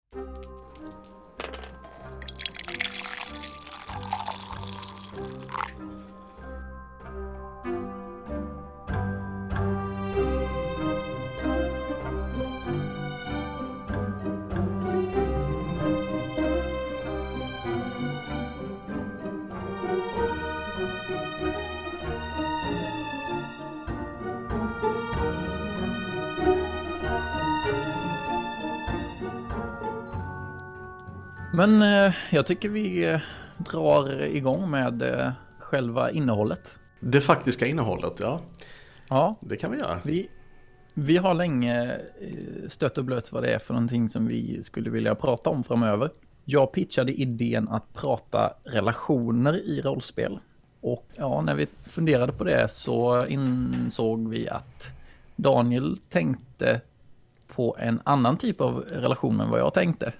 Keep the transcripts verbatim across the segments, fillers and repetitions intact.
Men eh, jag tycker vi eh, drar igång med eh, själva innehållet. Det faktiska innehållet, ja. Ja, Det kan vi göra. vi, vi har länge eh, stött och blött vad det är för någonting som vi skulle vilja prata om framöver. Jag pitchade idén att prata relationer i rollspel. Och ja, när vi funderade på det så insåg vi att Daniel tänkte på en annan typ av relation än vad jag tänkte.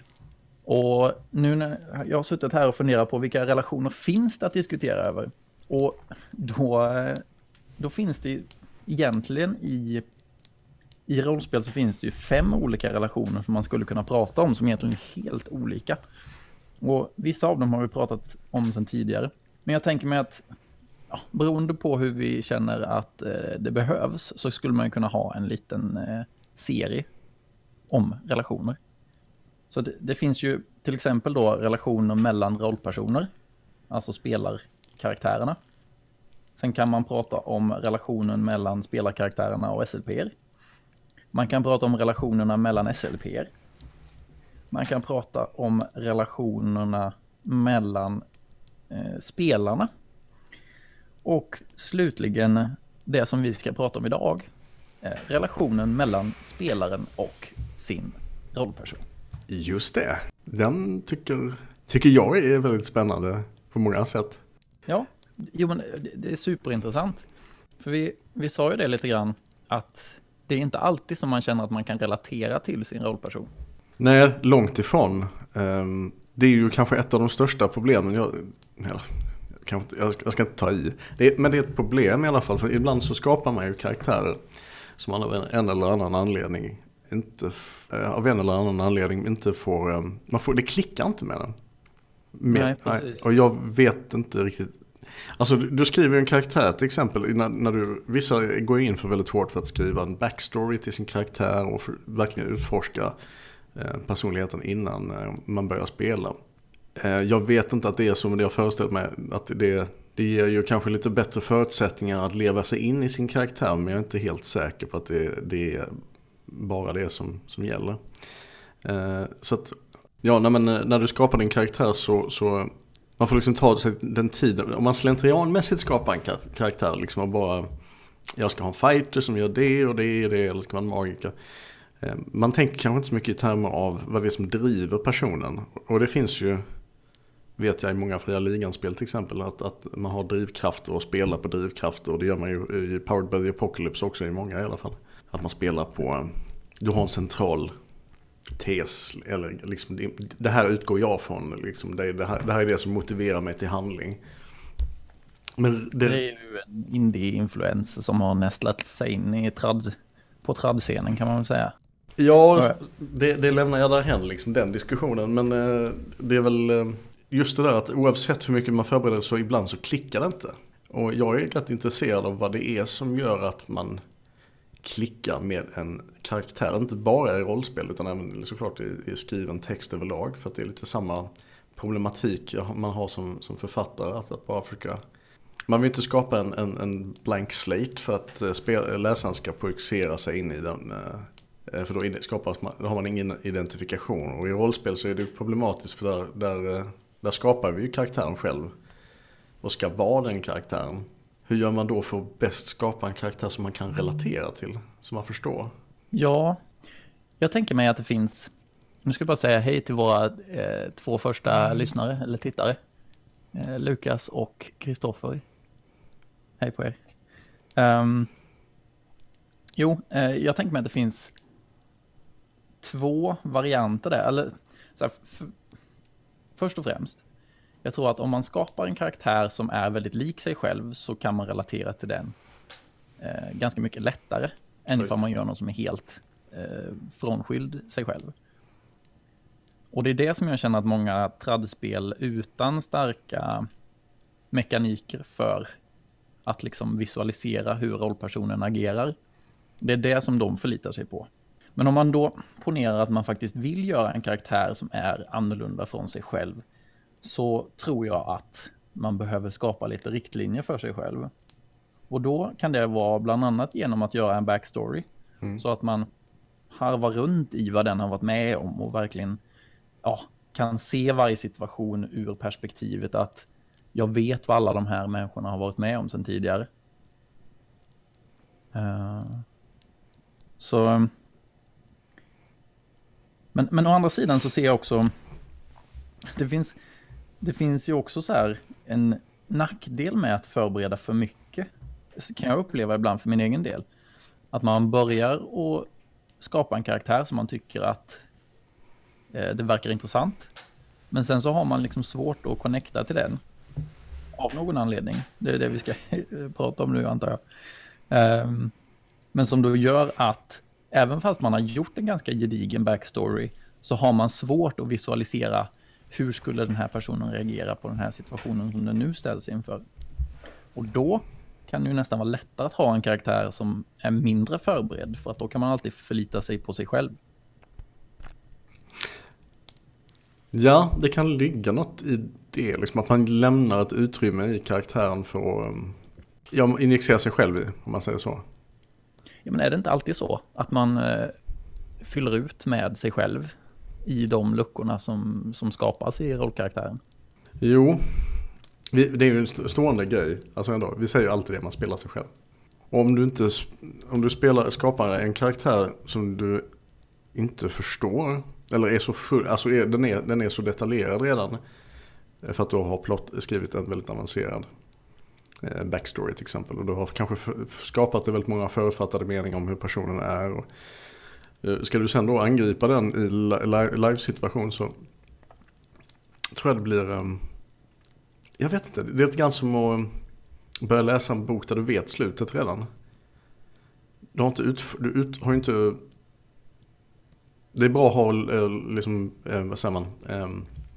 Och nu när jag har suttit här och funderat på vilka relationer finns det att diskutera över. Och då, då finns det ju egentligen i, i rollspel så finns det ju fem olika relationer som man skulle kunna prata om som egentligen är helt olika. Och vissa av dem har vi pratat om sedan tidigare. Men jag tänker mig att ja, beroende på hur vi känner att eh, det behövs så skulle man kunna ha en liten eh, serie om relationer. Så det, det finns ju till exempel då relationer mellan rollpersoner, alltså spelarkaraktärerna. Sen kan man prata om relationen mellan spelarkaraktärerna och S L P-er. Man kan prata om relationerna mellan S L P-er. Man kan prata om relationerna mellan eh, spelarna. Och slutligen det som vi ska prata om idag, eh, relationen mellan spelaren och sin rollperson. Just det. Den tycker, tycker jag är väldigt spännande på många sätt. Ja, jo, men det är superintressant. För vi, vi sa ju det lite grann att det är inte alltid som man känner att man kan relatera till sin rollperson. Nej, långt ifrån. Um, det är ju kanske ett av de största problemen. Jag, eller, jag, jag, jag ska inte ta i. Det är, men det är ett problem i alla fall. För ibland så skapar man ju karaktärer som man av en, en eller annan anledning inte av en eller annan anledning inte får, man får det klickar inte med den. Med, nej, precis. Och jag vet inte riktigt. Alltså du, du skriver en karaktär till exempel när, när du vissa går in för väldigt hårt för att skriva en backstory till sin karaktär och för, verkligen utforska eh, personligheten innan eh, man börjar spela. Eh, jag vet inte att det är så, men det jag föreställt mig att det det ger ju kanske lite bättre förutsättningar att leva sig in i sin karaktär, men jag är inte helt säker på att det, det är bara det som, som gäller. Eh, så att, ja, nej, men när du skapar din karaktär så, så man får liksom ta sig den tiden. Om man slentrianmässigt skapar en karaktär, liksom och bara, jag ska ha en fighter som gör det och det och det, eller ska vara en magiker. Eh, man tänker kanske inte så mycket i termer av vad det är som driver personen. Och det finns ju, vet jag i många fria liganspel till exempel, att, att man har drivkrafter och spelar på drivkrafter. Och det gör man ju i Powered by the Apocalypse också i många i alla fall. Att man spelar på, du har en central tes, eller liksom det, det här utgår jag från, liksom det, det, här, det här är det som motiverar mig till handling. Men det, det är ju en indie-influens som har nästlat sig in i trad, på tradscenen kan man väl säga. Ja, det, det lämnar jag därhen, liksom den diskussionen, men eh, det är väl eh, just det där att oavsett hur mycket man förbereder så ibland så klickar det inte. Och jag är rätt intresserad av vad det är som gör att man klicka med en karaktär, inte bara i rollspel utan även såklart i, i skriven text överlag, för att det är lite samma problematik man har som, som författare, att, att bara försöka, man vill inte skapa en, en, en blank slate för att spel, läsaren ska projicera sig in i den, för då, skapas man, då har man ingen identifikation, och i rollspel så är det problematiskt för där, där, där skapar vi ju karaktären själv och ska vara den karaktären. Hur gör man då för att bäst skapa en karaktär som man kan relatera till, som man förstår? Ja, jag tänker mig att det finns, nu ska jag bara säga hej till våra eh, två första mm. lyssnare eller tittare. Eh, Lukas och Kristoffer. Hej på er. Um, jo, eh, jag tänker mig att det finns två varianter där. Eller, så här, f- först och främst. Jag tror att om man skapar en karaktär som är väldigt lik sig själv så kan man relatera till den eh, ganska mycket lättare än ifall man gör något som är helt eh, frånskild sig själv. Och det är det som jag känner att många tradspel utan starka mekaniker för att liksom visualisera hur rollpersonen agerar. Det är det som de förlitar sig på. Men om man då ponerar att man faktiskt vill göra en karaktär som är annorlunda från sig själv, så tror jag att man behöver skapa lite riktlinjer för sig själv. Och då kan det vara bland annat genom att göra en backstory. Mm. Så att man harvar runt i vad den har varit med om och verkligen ja, kan se varje situation ur perspektivet att jag vet vad alla de här människorna har varit med om sedan tidigare. Uh, så men, men å andra sidan så ser jag också det finns, det finns ju också så här en nackdel med att förbereda för mycket. Så kan jag uppleva ibland för min egen del. Att man börjar att skapa en karaktär som man tycker att eh, det verkar intressant. Men sen så har man liksom svårt att connecta till den. Av någon anledning. Det är det vi ska prata om nu antar jag. Um, men som då gör att även fast man har gjort en ganska gedigen backstory så har man svårt att visualisera hur skulle den här personen reagera på den här situationen som den nu ställs inför. Och då kan det ju nästan vara lättare att ha en karaktär som är mindre förberedd för att då kan man alltid förlita sig på sig själv. Ja, det kan ligga något i det. Liksom att man lämnar ett utrymme i karaktären för att ja, injicera sig själv i, om man säger så. Ja, men är det inte alltid så att man eh, fyller ut med sig själv i de luckorna som, som skapas i rollkaraktären? Jo, vi, det är ju en stående grej. Alltså ändå, vi säger ju alltid det, man spelar sig själv. Och om du inte om du spelar, skapar en karaktär som du inte förstår eller är så full, alltså är, den, är, den är så detaljerad redan för att du har plott, skrivit en väldigt avancerad eh, backstory till exempel, och du har kanske för, skapat väldigt många förutfattade meningar om hur personen är och, eh, ska du sen då angripa den i li- live-situation så tror jag det blir eh, jag vet inte, det är lite grann som att börja läsa en bok där du vet slutet redan. Du har inte ut, du ut, har inte det är bra att ha liksom, eh, vad säger man, eh,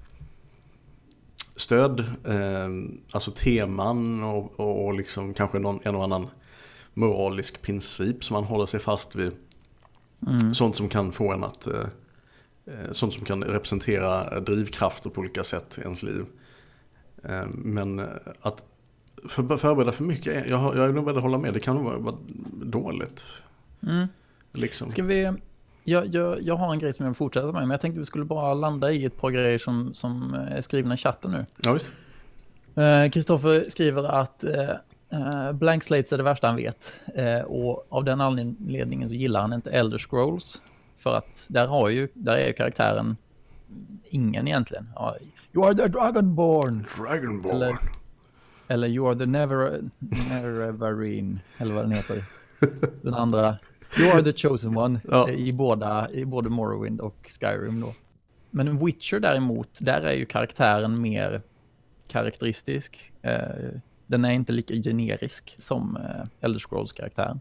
stöd, eh, alltså teman och, och, och liksom kanske någon, en och annan moralisk princip som man håller sig fast vid. Mm. Sånt som kan få en att, eh, sånt som kan representera drivkrafter på olika sätt i ens liv. Eh, men att för, förbereda för mycket, jag, jag är nog beredd att hålla med, det kan nog vara, vara dåligt. Mm. Liksom. Ska vi... Jag, jag, jag har en grej som jag vill fortsätta med, men jag tänkte vi skulle bara landa i ett par grejer som, som är skrivna i chatten nu. Ja, visst. Kristoffer uh, skriver att uh, blank slates är det värsta han vet. Uh, och av den anledningen så gillar han inte Elder Scrolls. För att där, har ju, där är ju karaktären ingen egentligen. Uh, you are the Dragonborn. Dragonborn. Eller, eller you are the never, Neverine. Eller vad den heter. Den andra... You are the chosen one ja. i, båda, i både Morrowind och Skyrim då. Men Witcher däremot, där är ju karaktären mer karaktäristisk. Eh, den är inte lika generisk som eh, Elder Scrolls-karaktären.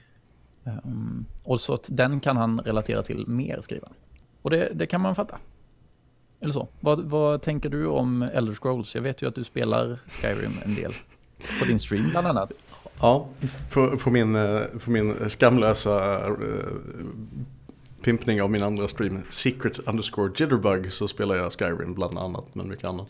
Um, och så att den kan han relatera till mer, skriva. Och det, det kan man fatta. Eller så. Vad, vad tänker du om Elder Scrolls? Jag vet ju att du spelar Skyrim en del. På din stream bland annat. Ja, på, på, min, på min skamlösa uh, pimpning av min andra stream, Secret underscore Jitterbug, så spelar jag Skyrim bland annat, men mycket annat.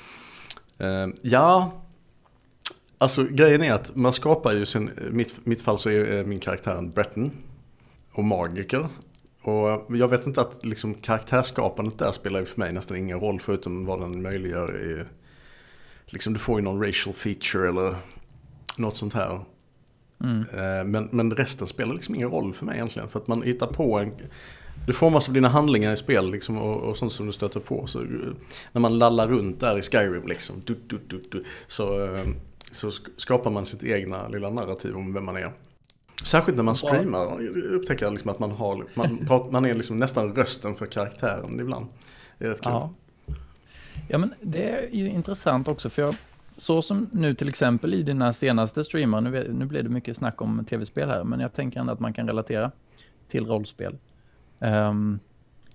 Uh, ja, alltså grejen är att man skapar ju sin, mitt, mitt fall så är min karaktär en Breton och magiker. Och jag vet inte att liksom karaktärsskapandet där spelar ju för mig nästan ingen roll förutom vad den möjliggör i, liksom du får ju någon racial feature eller något sånt här. Mm. Men, men resten spelar liksom ingen roll för mig egentligen. För att man hittar på en... Du formas av dina handlingar i spel liksom, och, och sånt som du stöter på. Så, när man lallar runt där i Skyrim liksom, du, du, du, du, så, så skapar man sitt egna lilla narrativ om vem man är. Särskilt när man streamar upptäcker jag liksom att man, har, man, pratar, man är liksom nästan rösten för karaktären ibland. Det är rätt kul. Ja. Ja, men det är ju intressant också för jag... Så som nu till exempel i dina senaste streamar, nu, nu blir det mycket snack om tv-spel här, men jag tänker ändå att man kan relatera till rollspel. Um,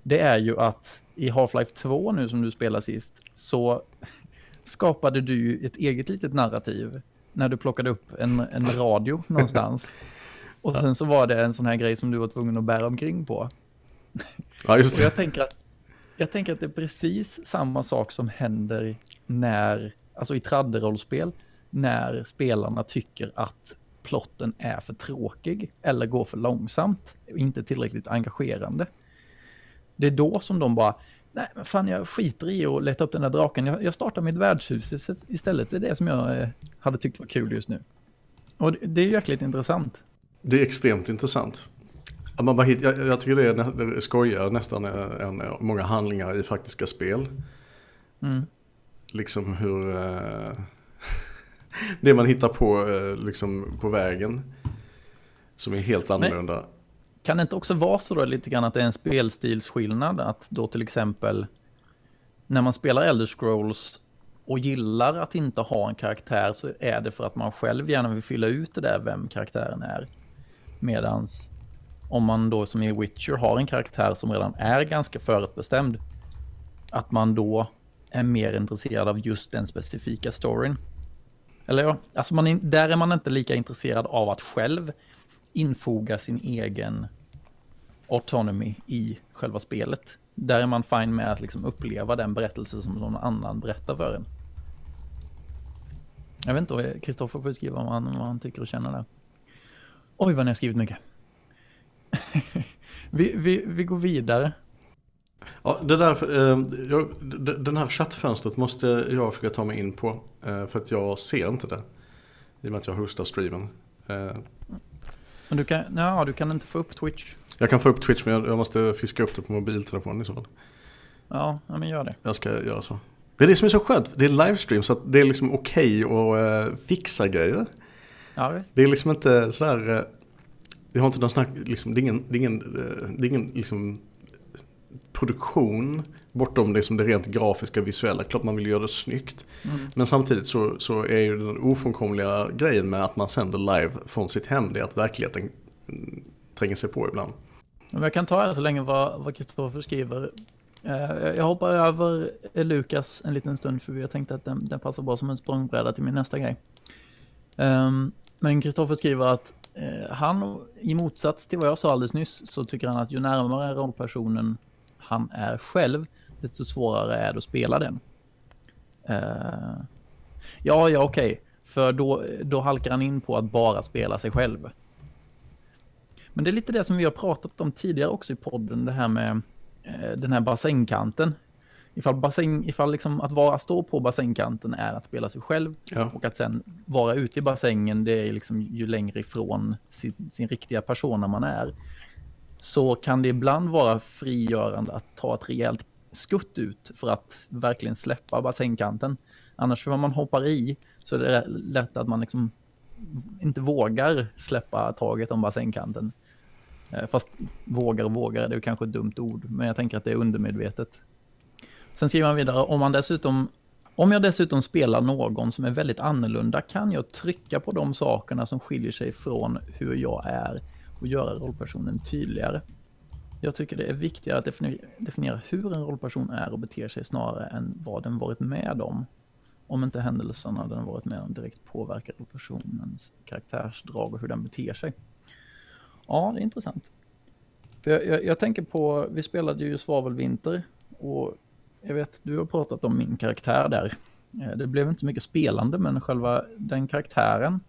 det är ju att i Half-Life två nu som du spelar sist så skapade du ju ett eget litet narrativ när du plockade upp en, en radio någonstans. Och sen så var det en sån här grej som du var tvungen att bära omkring på. Ja, just det. Och jag tänker att jag tänker att det är precis samma sak som händer när, alltså i tradderollspel, när spelarna tycker att plotten är för tråkig eller går för långsamt och inte tillräckligt engagerande. Det är då som de bara, nej men fan jag skiter i att leta upp den där draken. Jag, jag startar mitt värdshus istället. Det är det som jag eh, hade tyckt var kul just nu. Och det, det är ju jäkligt intressant. Det är extremt intressant. Man bara hit, jag, jag tycker det är, nä, det skojar nästan än många handlingar i faktiska spel. Mm. Liksom hur eh, det man hittar på eh, liksom på vägen som är helt annorlunda. Men kan det inte också vara så då lite grann att det är en spelstilsskillnad? Att då till exempel när man spelar Elder Scrolls och gillar att inte ha en karaktär så är det för att man själv gärna vill fylla ut det där vem karaktären är. Medans om man då som i Witcher har en karaktär som redan är ganska förutbestämd, att man då är mer intresserad av just den specifika storyn. Eller ja, alltså man är, där är man inte lika intresserad av att själv infoga sin egen autonomy i själva spelet. Där är man fine med att liksom uppleva den berättelse som någon annan berättar för en. Jag vet inte, Kristoffer får skriva vad han, vad han tycker och känner där. Oj, vad ni har skrivit mycket. vi, vi, vi går vidare. Ja, det där, eh, jag, den här chattfönstret måste jag försöka ta mig in på. Eh, för att jag ser inte det. I och med att jag hostar streamen. Eh. Men du kan, ja, du kan inte få upp Twitch. Jag kan få upp Twitch, men jag, jag måste fiska upp det på mobiltelefonen i så fall. Ja, ja, men gör det. Jag ska göra så. Det är det som är så skönt. Det är livestream så att det är liksom okej okay att uh, fixa grejer. Ja, visst. Det är liksom inte sådär... Uh, vi har inte någon snack... Liksom, det är ingen, det är ingen, uh, det är ingen liksom, produktion bortom det som det rent grafiska, visuella. Klart man vill göra det snyggt. Mm. Men samtidigt så, så är ju den ofrånkomliga grejen med att man sänder live från sitt hem, det är att verkligheten mm, tränger sig på ibland. Men jag kan ta här så länge vad Kristoffer skriver. Jag hoppar över Lukas en liten stund för jag tänkte att den, den passar bra som en språngbräda till min nästa grej. Men Kristoffer skriver att han, i motsats till vad jag sa alldeles nyss, så tycker han att ju närmare rollpersonen han är själv, desto svårare är det att spela den. Ja, ja okej. Okay. För då, då halkar han in på att bara spela sig själv. Men det är lite det som vi har pratat om tidigare också i podden, det här med eh, den här bassängkanten. Ifall, bassäng, ifall liksom att vara stå på bassängkanten är att spela sig själv, ja. Och att sen vara ute i bassängen, det är liksom ju längre ifrån sin, sin riktiga persona man är. Så kan det ibland vara frigörande att ta ett rejält skutt ut för att verkligen släppa bassängkanten. Annars för man hoppar i så är det lätt att man liksom inte vågar släppa taget om bassängkanten. Fast vågar och vågar, det är kanske ett dumt ord, men jag tänker att det är undermedvetet. Sen skriver man vidare, om man dessutom om jag dessutom spelar någon som är väldigt annorlunda kan jag trycka på de sakerna som skiljer sig från hur jag är och göra rollpersonen tydligare. Jag tycker det är viktigare att definiera, definiera hur en rollperson är och beter sig snarare än vad den varit med om. Om inte händelserna den varit med om direkt påverkar rollpersonens karaktärsdrag och hur den beter sig. Ja, det är intressant. För jag, jag, jag tänker på, vi spelade ju Svavelvinter och jag vet, du har pratat om min karaktär där. Det blev inte så mycket spelande, men själva den karaktären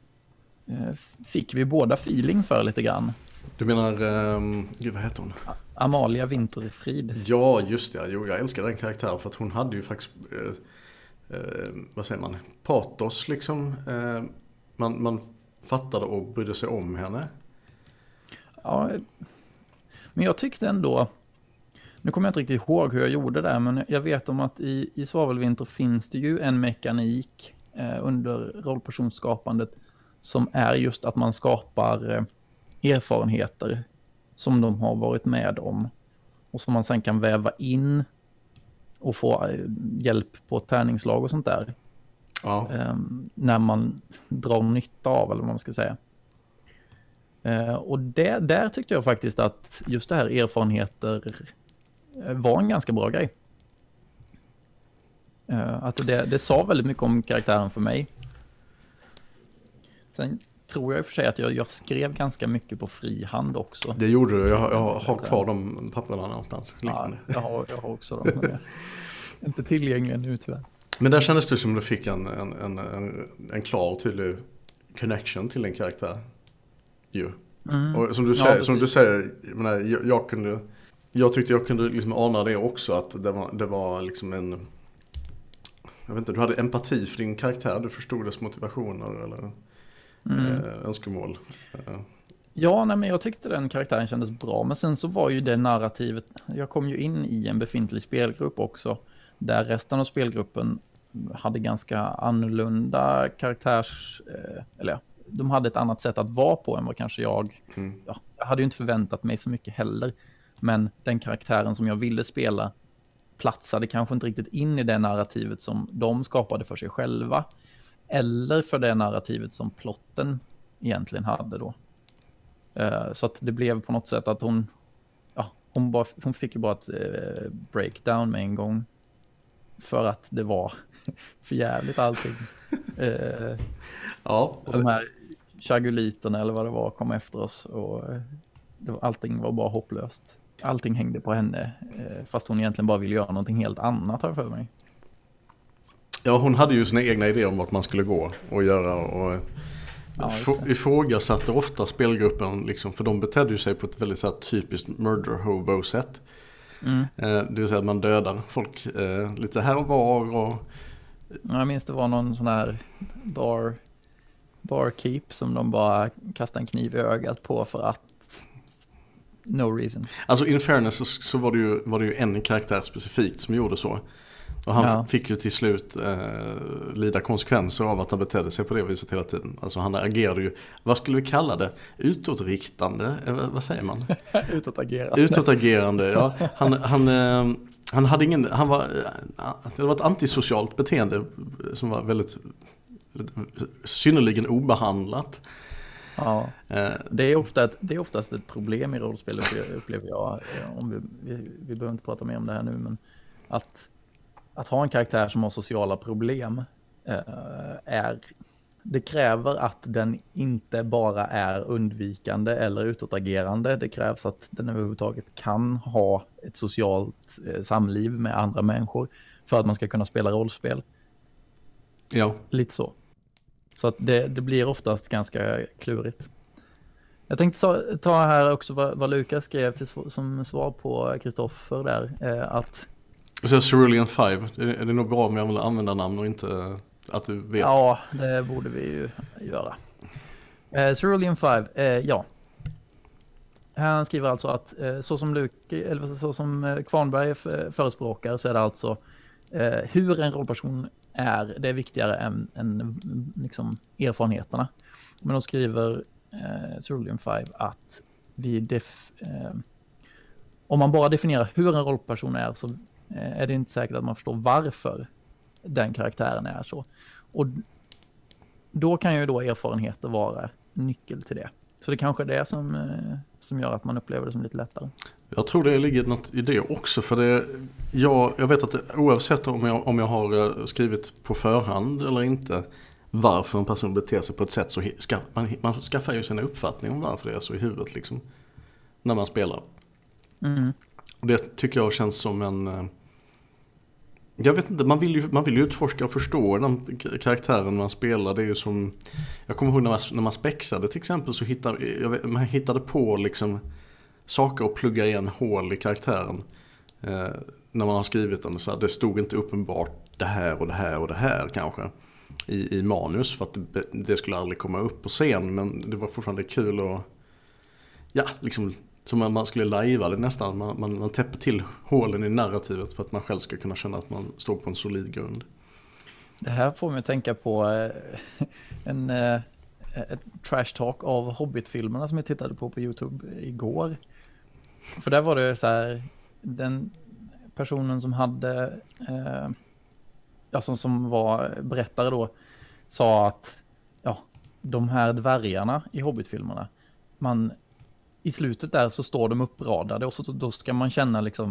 fick vi båda feeling för lite grann. Du menar, um, gud vad heter hon? Amalia Winterfrid. Ja, just det. Jo, jag älskar den karaktären för att hon hade ju faktiskt, eh, eh, vad säger man, patos liksom. Eh, man, man fattade och brydde sig om henne. Ja, men jag tyckte ändå, nu kommer jag inte riktigt ihåg hur jag gjorde det, men jag vet om att i, i Svavelvinter finns det ju en mekanik eh, under rollpersonsskapandet som är just att man skapar eh, erfarenheter som de har varit med om och som man sen kan väva in och få eh, hjälp på ett tärningslag och sånt där. Ja. Eh, när man drar nytta av, eller vad man ska säga. Uh, och det, där tyckte jag faktiskt att just det här erfarenheter var en ganska bra grej. Uh, att det, det sa väldigt mycket om karaktären för mig. Sen tror jag i och för sig att jag, jag skrev ganska mycket på frihand också. Det gjorde du, jag, jag har kvar de papperna någonstans. Ja, jag har, jag har också dem. Men inte tillgängliga nu tyvärr. Men där kändes det som du fick en, en, en, en, en klar och tydlig connection till en karaktär. Jo. Mm. Och som du säger, ja, som du säger jag, menar, jag, jag kunde jag tyckte jag kunde liksom ana det också, att det var, det var liksom en, jag vet inte, du hade empati för din karaktär, du förstod dess motivationer eller mm. eh, önskemål. Eh. Ja, nej, men jag tyckte den karaktären kändes bra, men sen så var ju det narrativet, jag kom ju in i en befintlig spelgrupp också, där resten av spelgruppen hade ganska annorlunda karaktärs, eh, eller ja, de hade ett annat sätt att vara på än vad kanske jag, mm. ja, jag hade ju inte förväntat mig så mycket heller, men den karaktären som jag ville spela platsade kanske inte riktigt in i det narrativet som de skapade för sig själva, eller för det narrativet som plotten egentligen hade då. Uh, så att det blev på något sätt att hon, ja, hon, bara, hon fick ju bara ett uh, breakdown med en gång. För att det var för jävligt allting. uh, ja. Och de här chaguliterna eller vad det var kom efter oss. Och uh, det var, allting var bara hopplöst. Allting hängde på henne. Uh, fast hon egentligen bara ville göra någonting helt annat här för mig. Ja, hon hade ju sina egna idéer om vart man skulle gå och göra och... Ja, ifrågasatte ofta spelgruppen liksom, för de betedde ju sig på ett väldigt så här, typiskt murder hobo sätt. Mm. Eh, det vill säga att man dödar folk eh, lite här och var och... Ja, jag minns det var någon sån här bar barkeep som de bara kastade en kniv i ögat på för att no reason. Alltså in fairness så, så var, det ju, var det ju en karaktär specifikt som gjorde så. Och han ja. fick ju till slut eh, lida konsekvenser av att han betedde sig på det viset hela tiden. Alltså han agerade ju, vad skulle vi kalla det? Utåtriktande, eh, vad säger man? Utåtagerande. Utåtagerande, ja. Han, han, eh, han hade ingen, han var, eh, det var ett antisocialt beteende som var väldigt, väldigt synnerligen obehandlat. Ja, det är, ofta ett, det är oftast ett problem i rollspel, upplever jag. Om vi, vi, vi behöver inte prata mer om det här nu, men att Att ha en karaktär som har sociala problem eh, är, det kräver att den inte bara är undvikande eller utåtagerande. Det krävs att den överhuvudtaget kan ha ett socialt eh, samliv med andra människor för att man ska kunna spela rollspel. Ja. Lite så. Så att det, det blir oftast ganska klurigt. Jag tänkte ta, ta här också vad, vad Lukas skrev till, som svar på Kristoffer där. Eh, att Så Cerulean fem, är det nog bra om jag vill använda namn och inte att du vet? Ja, det borde vi ju göra. Eh, Cerulean fem, eh, ja. Han skriver alltså att eh, så som Luke, eller så som eh, Kvarnberg förespråkar, så är det alltså eh, hur en rollperson är, det är viktigare än, än liksom erfarenheterna. Men de skriver eh, Cerulean fem att vi def, eh, om man bara definierar hur en rollperson är, så är det inte säkert att man förstår varför den karaktären är så. Och då kan ju då erfarenheter vara nyckel till det. Så det kanske är det som, som gör att man upplever det som lite lättare. Jag tror det ligger något i det också. För det, jag, jag vet att det, oavsett om jag, om jag har skrivit på förhand eller inte varför en person beter sig på ett sätt, så ska, man, man skaffar ju sina uppfattning om varför det är så i huvudet liksom, när man spelar. Mm. Och det tycker jag känns som en... Jag vet inte, man vill ju, man vill ju utforska och förstå den karaktären man spelar. Det är ju som... Jag kommer ihåg när man, när man spexade till exempel, så hittade, jag vet, man hittade på liksom saker och plugga igen hål i karaktären. Eh, när man har skrivit den. Så här, det stod inte uppenbart det här och det här och det här kanske i, i manus, för att det, det skulle aldrig komma upp på scen. Men det var fortfarande kul att... Ja, liksom... Som man skulle lajva det nästan. Man, man, man täpper till hålen i narrativet för att man själv ska kunna känna att man står på en solid grund. Det här får mig att tänka på eh, en eh, ett trash talk av Hobbit-filmerna som jag tittade på på YouTube igår. För där var det så här, den personen som hade eh, ja, som, som var berättare då, sa att ja, de här dvärgarna i Hobbit-filmerna, man i slutet där så står de uppradade och så då ska man känna liksom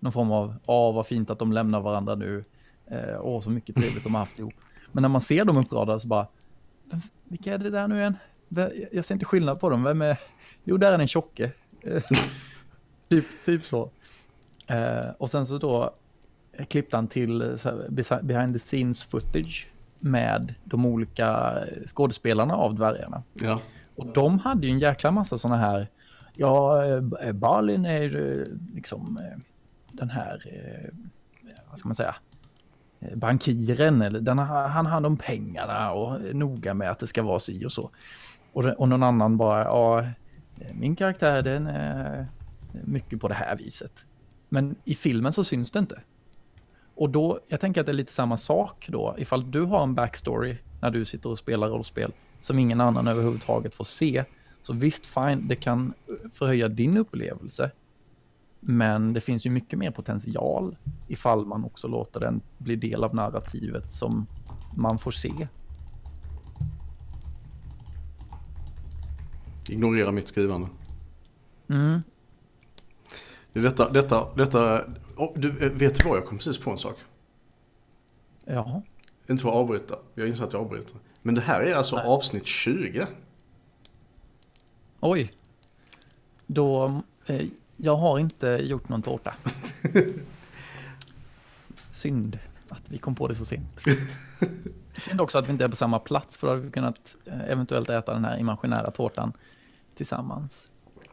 någon form av, ja vad fint att de lämnar varandra nu. Eh, åh, så mycket trevligt de har haft ihop. Men när man ser dem uppradade så bara, vilka är det där nu igen? Jag ser inte skillnad på dem. Vem är... Jo, där är den tjocke. typ, typ så. Eh, och sen så då klippte han till så här, behind the scenes footage med de olika skådespelarna av dvärgarna. Ja. Och de hade ju en jäkla massa såna här, ja, Balin är liksom den här, vad ska man säga, bankiren, eller den har, han har hand om pengarna och är noga med att det ska vara si och så. Och, och någon annan bara, ja, min karaktär den är mycket på det här viset. Men i filmen så syns det inte. Och då, jag tänker att det är lite samma sak då. Ifall du har en backstory när du sitter och spelar rollspel som ingen annan överhuvudtaget får se. Så visst, fine, det kan förhöja din upplevelse. Men det finns ju mycket mer potential ifall man också låter den bli del av narrativet som man får se. Ignorera mitt skrivande. Mm. Detta, detta, detta, oh, du vet du vad, jag kom precis på en sak. Ja. Inte för att avbryta, jag inser att jag avbryter. Men det här är alltså Nej. avsnitt tjugo. Oj. Då, eh, jag har inte gjort någon tårta. Synd att vi kom på det så sent. Synd också att vi inte är på samma plats, för då hade vi kunnat eh, eventuellt äta den här imaginära tårtan tillsammans.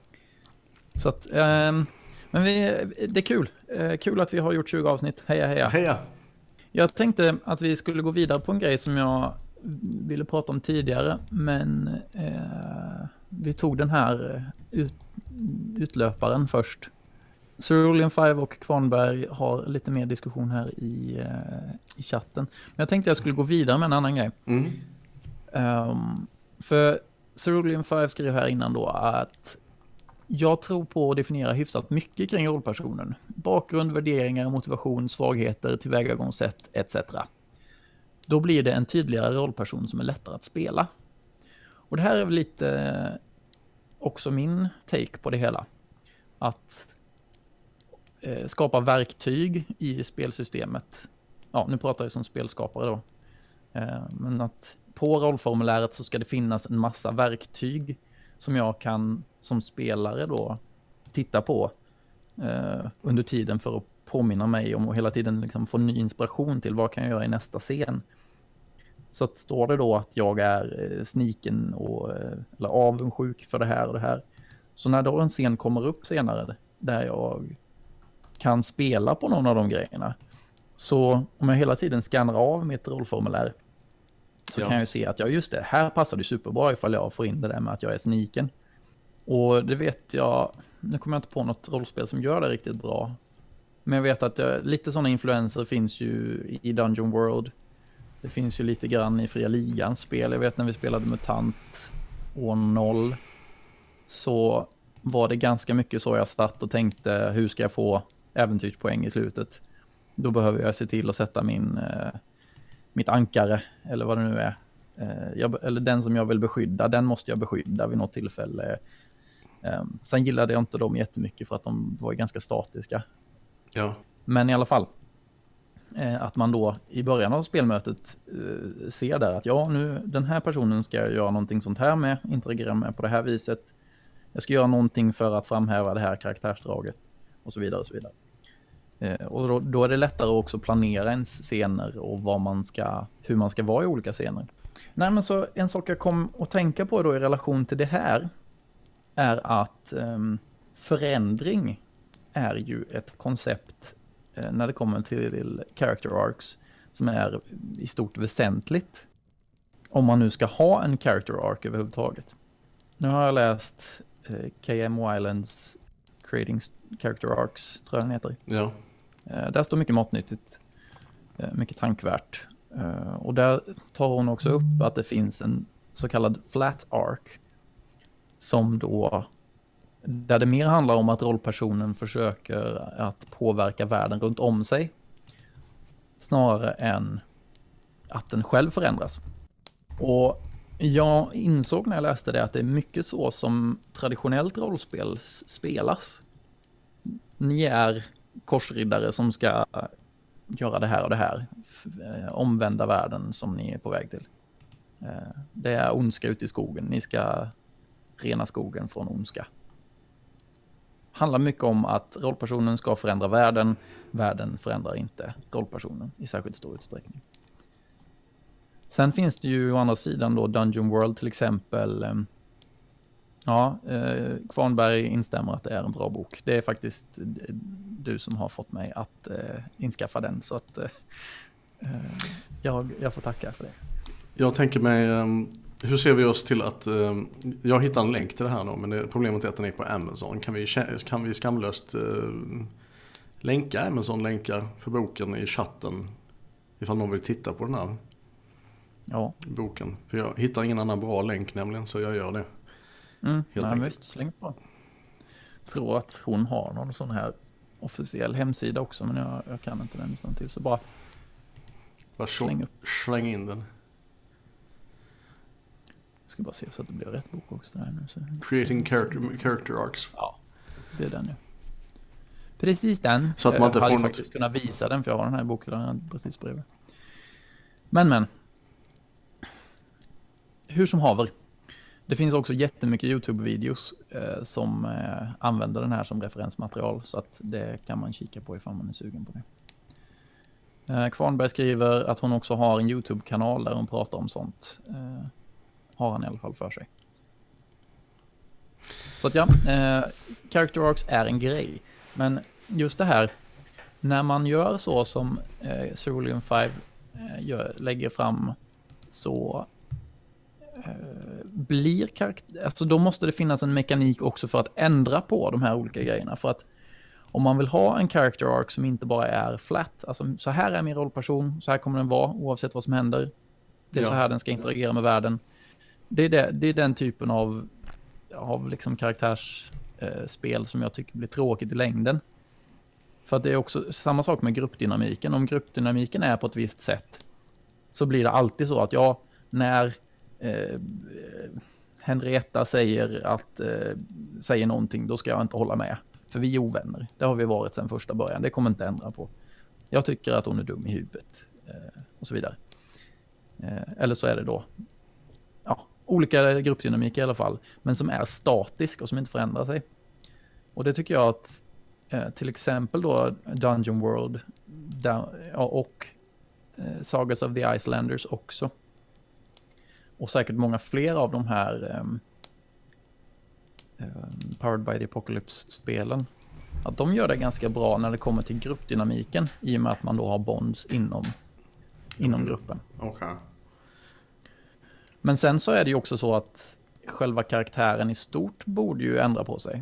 Så att, eh, men vi, det är kul. Eh, kul att vi har gjort tjugo avsnitt. Heja, heja. Heja. Jag tänkte att vi skulle gå vidare på en grej som jag ville prata om tidigare, men eh, vi tog den här ut, utlöparen först. Cerulean fem och Kvarnberg har lite mer diskussion här i, eh, i chatten. Men jag tänkte jag skulle gå vidare med en annan grej. Mm. Um, för Cerulean fem skriver här innan då att jag tror på att definiera hyfsat mycket kring rollpersonen. Bakgrund, värderingar, motivation, svagheter, tillvägagångssätt et cetera. Då blir det en tydligare rollperson som är lättare att spela. Och det här är väl lite också min take på det hela. Att eh, skapa verktyg i spelsystemet. Ja, nu pratar jag som spelskapare då. Eh, men att på rollformuläret så ska det finnas en massa verktyg som jag kan som spelare då titta på eh, under tiden för att påminna mig om och hela tiden liksom få ny inspiration till vad kan jag göra i nästa scen. Så att står det då att jag är eh, sniken och, eh, eller avundsjuk för det här och det här. Så när då en scen kommer upp senare där jag kan spela på någon av de grejerna, så om jag hela tiden skannar av mitt rollformulär så ja. kan jag ju se att ja, just det, här passar det superbra ifall jag får in det där med att jag är sniken. Och det vet jag, nu kommer jag inte på något rollspel som gör det riktigt bra. Men jag vet att jag, lite sådana influenser finns ju i Dungeon World. Det finns ju lite grann i Fria Ligans spel. Jag vet när vi spelade MUTANT år noll så var det ganska mycket så jag satt och tänkte, hur ska jag få äventyrspoäng i slutet? Då behöver jag se till att sätta min, eh, mitt ankare, eller vad det nu är. Eh, jag, eller den som jag vill beskydda, den måste jag beskydda vid något tillfälle. Eh, sen gillade jag inte dem jättemycket för att de var ganska statiska. Ja. Men i alla fall, eh, att man då i början av spelmötet eh, ser där att ja, nu den här personen ska jag göra någonting sånt här med, interagera med på det här viset. Jag ska göra någonting för att framhäva det här karaktärsdraget och så vidare och så vidare. Eh, och då, då är det lättare också planera ens scener och vad man ska, hur man ska vara i olika scener. Nej, men så en sak jag kom att tänka på då i relation till det här är att eh, förändring är ju ett koncept eh, när det kommer till, till character arcs som är i stort väsentligt om man nu ska ha en character arc överhuvudtaget. Nu har jag läst eh, K M Weiland's Creating Character Arcs, tror jag den heter. Ja. Eh, där står mycket matnyttigt, eh, mycket tankvärt. Eh, och där tar hon också upp att det finns en så kallad flat arc som då, där det mer handlar om att rollpersonen försöker att påverka världen runt om sig snarare än att den själv förändras. Och jag insåg när jag läste det att det är mycket så som traditionellt rollspel spelas. Ni är korsriddare som ska göra det här och det här. Omvända världen som ni är på väg till. Det är ondska ute i skogen. Ni ska rena skogen från ondska. Handlar mycket om att rollpersonen ska förändra världen. Världen förändrar inte rollpersonen i särskilt stor utsträckning. Sen finns det ju å andra sidan då Dungeon World till exempel. Ja, eh, Kvarnberg instämmer att det är en bra bok. Det är faktiskt du som har fått mig att eh, inskaffa den. Så att eh, jag, jag får tacka för det. Jag tänker mig, hur ser vi oss till att, jag hittar en länk till det här nu, men det, problemet är att den är på Amazon. Kan vi, kan vi skamlöst länka Amazon-länkar för boken i chatten ifall någon vill titta på den här ja. boken? För jag hittar ingen annan bra länk nämligen, så jag gör det. Mm, nej, visst, släng på. Jag tror att hon har någon sån här officiell hemsida också, men jag, jag kan inte den utan till, så bara släng upp. Släng in den. Jag ska bara se så att det blir rätt bok också. Där nu, så. Creating character, character arcs. Ja, det är den ju. Precis den. Så att man inte jag får hade faktiskt kunnat visa den, för jag har den här boken precis bredvid. Men, men. Hur som haver. Det finns också jättemycket YouTube-videos eh, som eh, använder den här som referensmaterial, så att det kan man kika på ifall man är sugen på det. Eh, Kvarnberg skriver att hon också har en YouTube-kanal där hon pratar om sånt. Eh, har han i alla fall för sig. Så att ja, eh, Character Arcs är en grej. Men just det här, när man gör så som eh, Cerulean fem eh, gör, lägger fram, så eh, blir karaktär, alltså då måste det finnas en mekanik också för att ändra på de här olika grejerna. För att om man vill ha en character arc som inte bara är flat, alltså så här är min rollperson, så här kommer den vara oavsett vad som händer. Det är ja. så här den ska interagera med världen. Det är, det, det är den typen av, av liksom karaktärsspel eh, som jag tycker blir tråkigt i längden. För att det är också samma sak med gruppdynamiken. Om gruppdynamiken är på ett visst sätt, så blir det alltid så att ja, när eh, Henrietta säger, att, eh, säger någonting, då ska jag inte hålla med. För vi är ovänner. Det har vi varit sedan första början. Det kommer inte ändra på. Jag tycker att hon är dum i huvudet. Eh, och så vidare. Eh, eller så är det då ja, olika gruppdynamiker i alla fall. Men som är statisk och som inte förändrar sig. Och det tycker jag att eh, till exempel då Dungeon World där, ja, och eh, Sagas of the Icelanders också. Och säkert många fler av de här eh, Powered by the Apocalypse-spelen. Att de gör det ganska bra när det kommer till gruppdynamiken, i och med att man då har bonds inom, inom gruppen. Okay. Men sen så är det ju också så att själva karaktären i stort borde ju ändra på sig.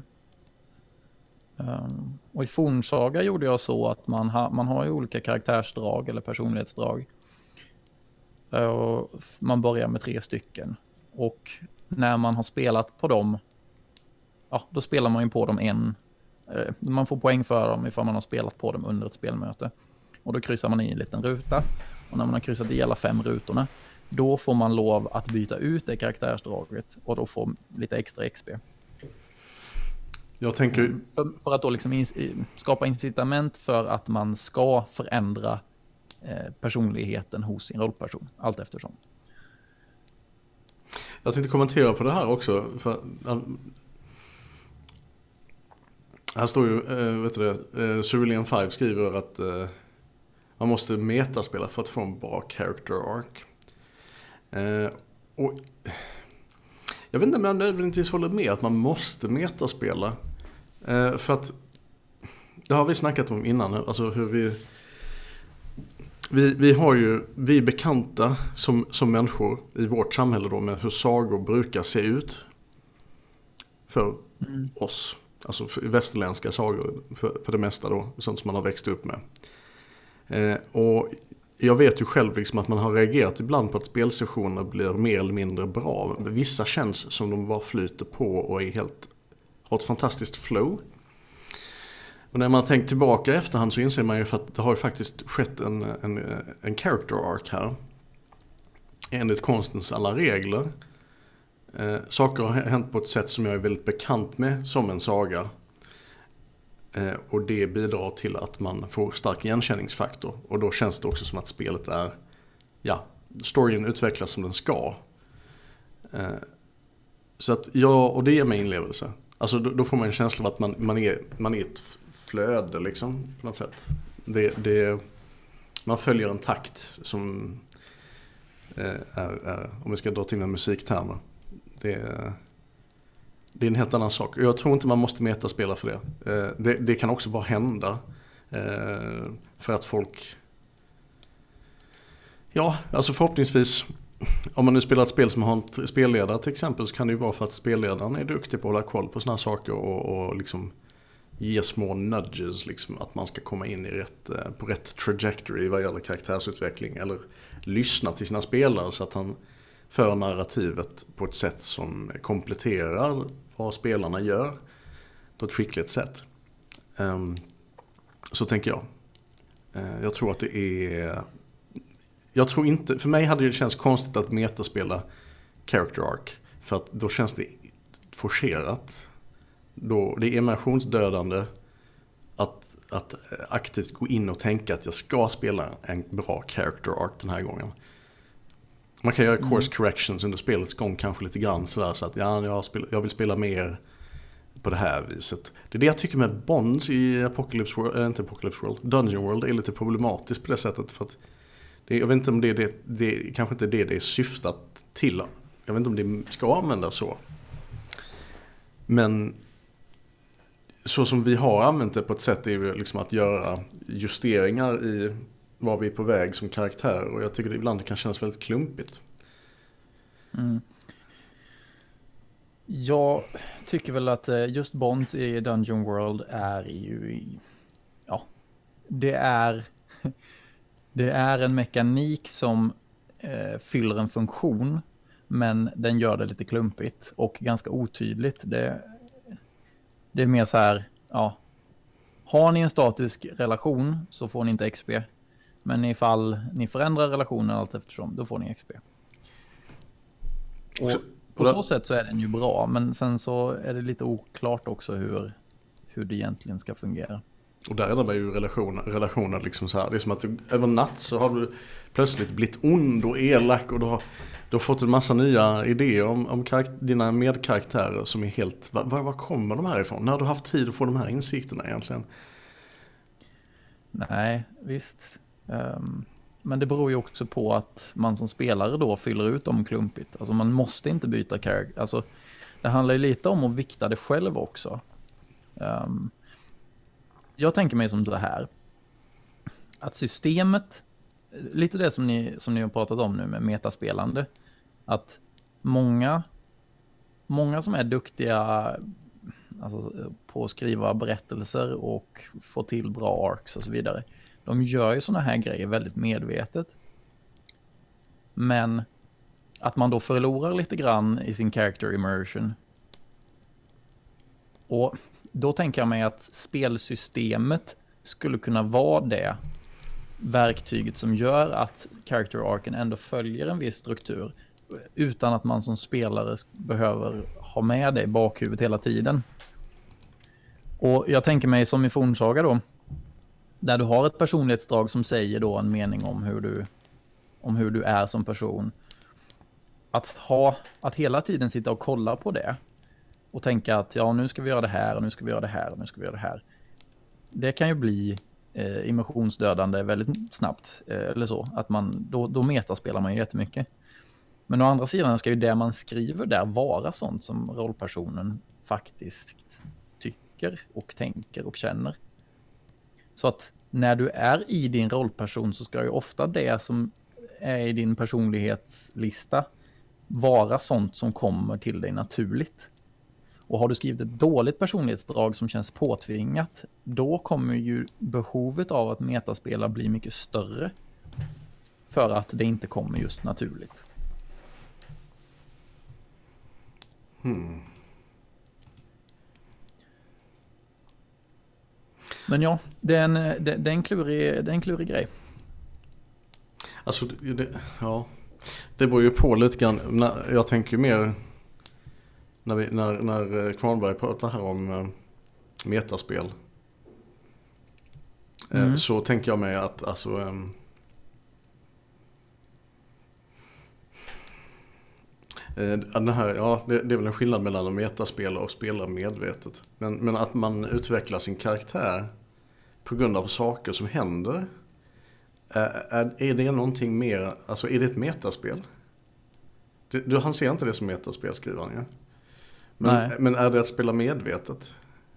Um, och i Fornsaga gjorde jag så att man, ha, man har ju olika karaktärsdrag eller personlighetsdrag. Uh, man börjar med tre stycken. Och när man har spelat på dem, ja, då spelar man ju på dem en. Uh, man får poäng för dem ifall man har spelat på dem under ett spelmöte. Och då kryssar man i en liten ruta. Och när man har kryssat i alla fem rutorna, då får man lov att byta ut det karaktärsdraget och då få lite extra X P. Jag tänker... För, för att då liksom in, skapa incitament för att man ska förändra eh, personligheten hos sin rollperson, allt eftersom. Jag tänkte kommentera på det här också. För, här står ju, äh, vet du det, äh, Cerulean fem skriver att äh, man måste metaspela för att få en bra character arc. Äh, och jag vet inte om jag nödvändigtvis håller med att man måste metaspela. Äh, för att det har vi snackat om innan, alltså hur vi vi, vi har ju, vi är bekanta som, som människor i vårt samhälle då med hur sagor brukar se ut för mm. oss. Alltså för västerländska sagor för, för det mesta då, sånt som man har växt upp med. Eh, och jag vet ju själv liksom att man har reagerat ibland på att spelsessioner blir mer eller mindre bra. Vissa känns som de bara flyter på och är helt, har ett fantastiskt flow. Och när man har tänkt tillbaka i efterhand så inser man ju för att det har ju faktiskt skett en, en, en character arc här. Enligt konstens alla regler. Eh, saker har hänt på ett sätt som jag är väldigt bekant med som en saga. Eh, och det bidrar till att man får stark igenkänningsfaktor. Och då känns det också som att spelet är, ja, storyn utvecklas som den ska. Eh, så att ja, och det ger mig inlevelse. Alltså då, då får man en känsla av att man, man, är, man är ett flöde liksom, på något sätt. Det, det, man följer en takt som eh, är, är, om vi ska dra till med musiktermer, det är, det är en helt annan sak. Jag tror inte man måste metaspela för det. Eh, det. Det kan också bara hända eh, för att folk, ja, alltså förhoppningsvis, om man nu spelar ett spel som har en spelledare till exempel, så kan det ju vara för att spelledaren är duktig på att hålla koll på såna här saker och, och liksom ge små nudges, liksom, att man ska komma in i rätt, på rätt trajectory vad gäller karaktärsutveckling, eller lyssna till sina spelare så att han för narrativet på ett sätt som kompletterar vad spelarna gör på ett skickligt sätt. Um, så tänker jag. Uh, jag tror att det är... Jag tror inte... För mig hade det känts konstigt att metaspela character arc. För att då känns det forcerat. Då, det är emotionsdödande att, att aktivt gå in och tänka att jag ska spela en bra character arc den här gången. Man kan göra course corrections under spelets gång kanske lite grann sådär, så att ja, jag, spela, jag vill spela mer på det här viset. Det är det jag tycker med bonds i Apocalypse World, äh, inte Apocalypse World, Dungeon World är lite problematiskt på det sättet, för att det, jag vet inte om det är det, det kanske inte det det är syftat till. Jag vet inte om det ska användas så. Men så som vi har använt det på ett sätt är ju liksom att göra justeringar i var vi är på väg som karaktär, och jag tycker det ibland kan kännas väldigt klumpigt. Mm. Jag tycker väl att just bonds i Dungeon World är ju, ja, det är det är en mekanik som eh, fyller en funktion, men den gör det lite klumpigt och ganska otydligt. Det, det är mer så här, ja, har ni en statisk relation så får ni inte X P. Men ifall ni förändrar relationen allt eftersom, då får ni X P. Och på så sätt så är den ju bra, men sen så är det lite oklart också hur, hur det egentligen ska fungera. Och där är det ju relationer, relationer liksom så här. Det är som att du, över natt så har du plötsligt blivit ond och elak, och du har, du har fått en massa nya idéer om, om karakt- dina medkaraktärer som är helt, var, var kommer de här ifrån? När har du haft tid att få de här insikterna egentligen? Nej, visst. Um, men det beror ju också på att man som spelare då fyller ut dem klumpigt. Alltså man måste inte byta karaktär. Alltså det handlar ju lite om att vikta det själv också. Um, jag tänker mig som så här. Att systemet, lite det som ni, som ni har pratat om nu med metaspelande. Att många, många som är duktiga alltså, på att skriva berättelser och få till bra arcs och så vidare. De gör ju såna här grejer väldigt medvetet. Men att man då förlorar lite grann i sin character immersion. Och då tänker jag mig att spelsystemet skulle kunna vara det verktyget som gör att character arcen ändå följer en viss struktur utan att man som spelare behöver ha med det i bakhuvudet hela tiden. Och jag tänker mig som i Fornsaga då, där du har ett personlighetsdrag som säger då en mening om hur du, om hur du är som person. Att, ha, att hela tiden sitta och kolla på det och tänka att ja, nu ska vi göra det här och nu ska vi göra det här och nu ska vi göra det här. Det kan ju bli eh, immersionsdödande väldigt snabbt. Eh, eller så. Att man, då, då metaspelar man ju jättemycket. Men å andra sidan ska ju det man skriver där vara sånt som rollpersonen faktiskt tycker och tänker och känner. Så att när du är i din rollperson så ska ju ofta det som är i din personlighetslista vara sånt som kommer till dig naturligt. Och har du skrivit ett dåligt personlighetsdrag som känns påtvingat, då kommer ju behovet av att metaspela bli mycket större för att det inte kommer just naturligt. Hmm. Men ja, det är en, det, det är en, klurig, det är en klurig grej. Alltså, det, ja. Det beror ju på lite grann. Jag tänker mer när, vi, när, när Kvarnberg pratar här om metaspel. mm. så tänker jag mig att alltså, um, den här, ja, det, det är väl en skillnad mellan att metaspela och spela medvetet. Men, men att man utvecklar sin karaktär på grund av saker som händer, är, är, är det någonting mer, alltså är det ett metaspel? Du, du han ser inte det som metaspel, skriver han ju. Men, men är det att spela medvetet?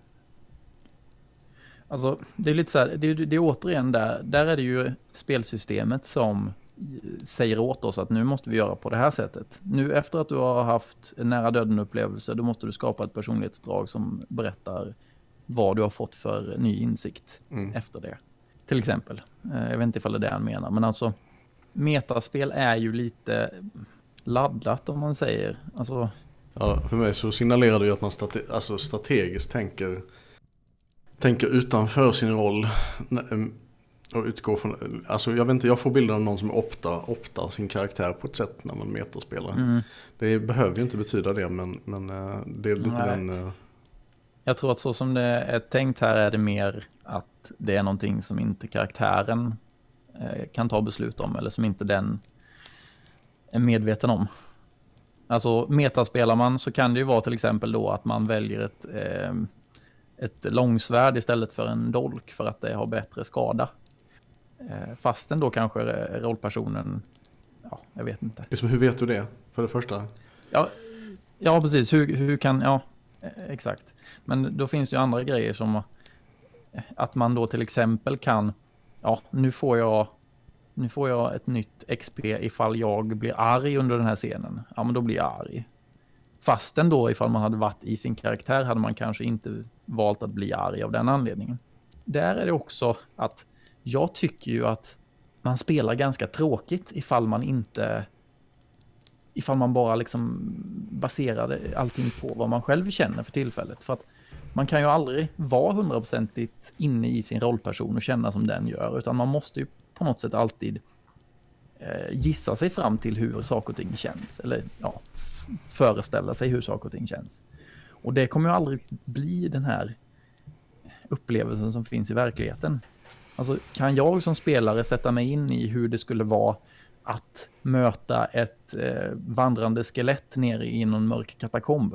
Alltså, det är lite så här, det, det är återigen där, där är det ju spelsystemet som säger åt oss att nu måste vi göra på det här sättet. Nu efter att du har haft en nära döden upplevelse, då måste du skapa ett personlighetsdrag som berättar vad du har fått för ny insikt mm. efter det. Till exempel. Jag vet inte ifall det är det han menar, men alltså metaspel är ju lite laddat om man säger. Alltså, ja, för mig så signalerar det ju att man strate- alltså strategiskt tänker tänker utanför sin roll och utgår från, alltså jag vet inte, jag får bilden av någon som optar, optar sin karaktär på ett sätt när man metaspelar. Mm. Det behöver ju inte betyda det, men, men det är lite Nej. den... Jag tror att så som det är tänkt här är det mer att det är någonting som inte karaktären kan ta beslut om, eller som inte den är medveten om. Alltså metaspelar man så kan det ju vara till exempel då att man väljer ett, eh, ett långsvärd istället för en dolk för att det har bättre skada. Eh, fastän då kanske rollpersonen, ja, jag vet inte. Liksom, hur vet du det för det första? Ja, ja precis. Hur, hur kan, ja, exakt. Men då finns det ju andra grejer som att man då till exempel kan, ja, nu får jag Nu får jag ett nytt X P ifall jag blir arg under den här scenen. Ja, men då blir jag arg. Fastän då ifall man hade varit i sin karaktär hade man kanske inte valt att bli arg av den anledningen. Där är det också att jag tycker ju att man spelar ganska tråkigt ifall man inte ifall man bara liksom baserar allting på vad man själv känner för tillfället. För att man kan ju aldrig vara hundraprocentigt inne i sin rollperson och känna som den gör, utan man måste ju på något sätt alltid eh, gissa sig fram till hur saker och ting känns. Eller ja, f- föreställa sig hur saker och ting känns. Och det kommer ju aldrig bli den här upplevelsen som finns i verkligheten. Alltså kan jag som spelare sätta mig in i hur det skulle vara att möta ett eh, vandrande skelett nere i någon mörk katakomb?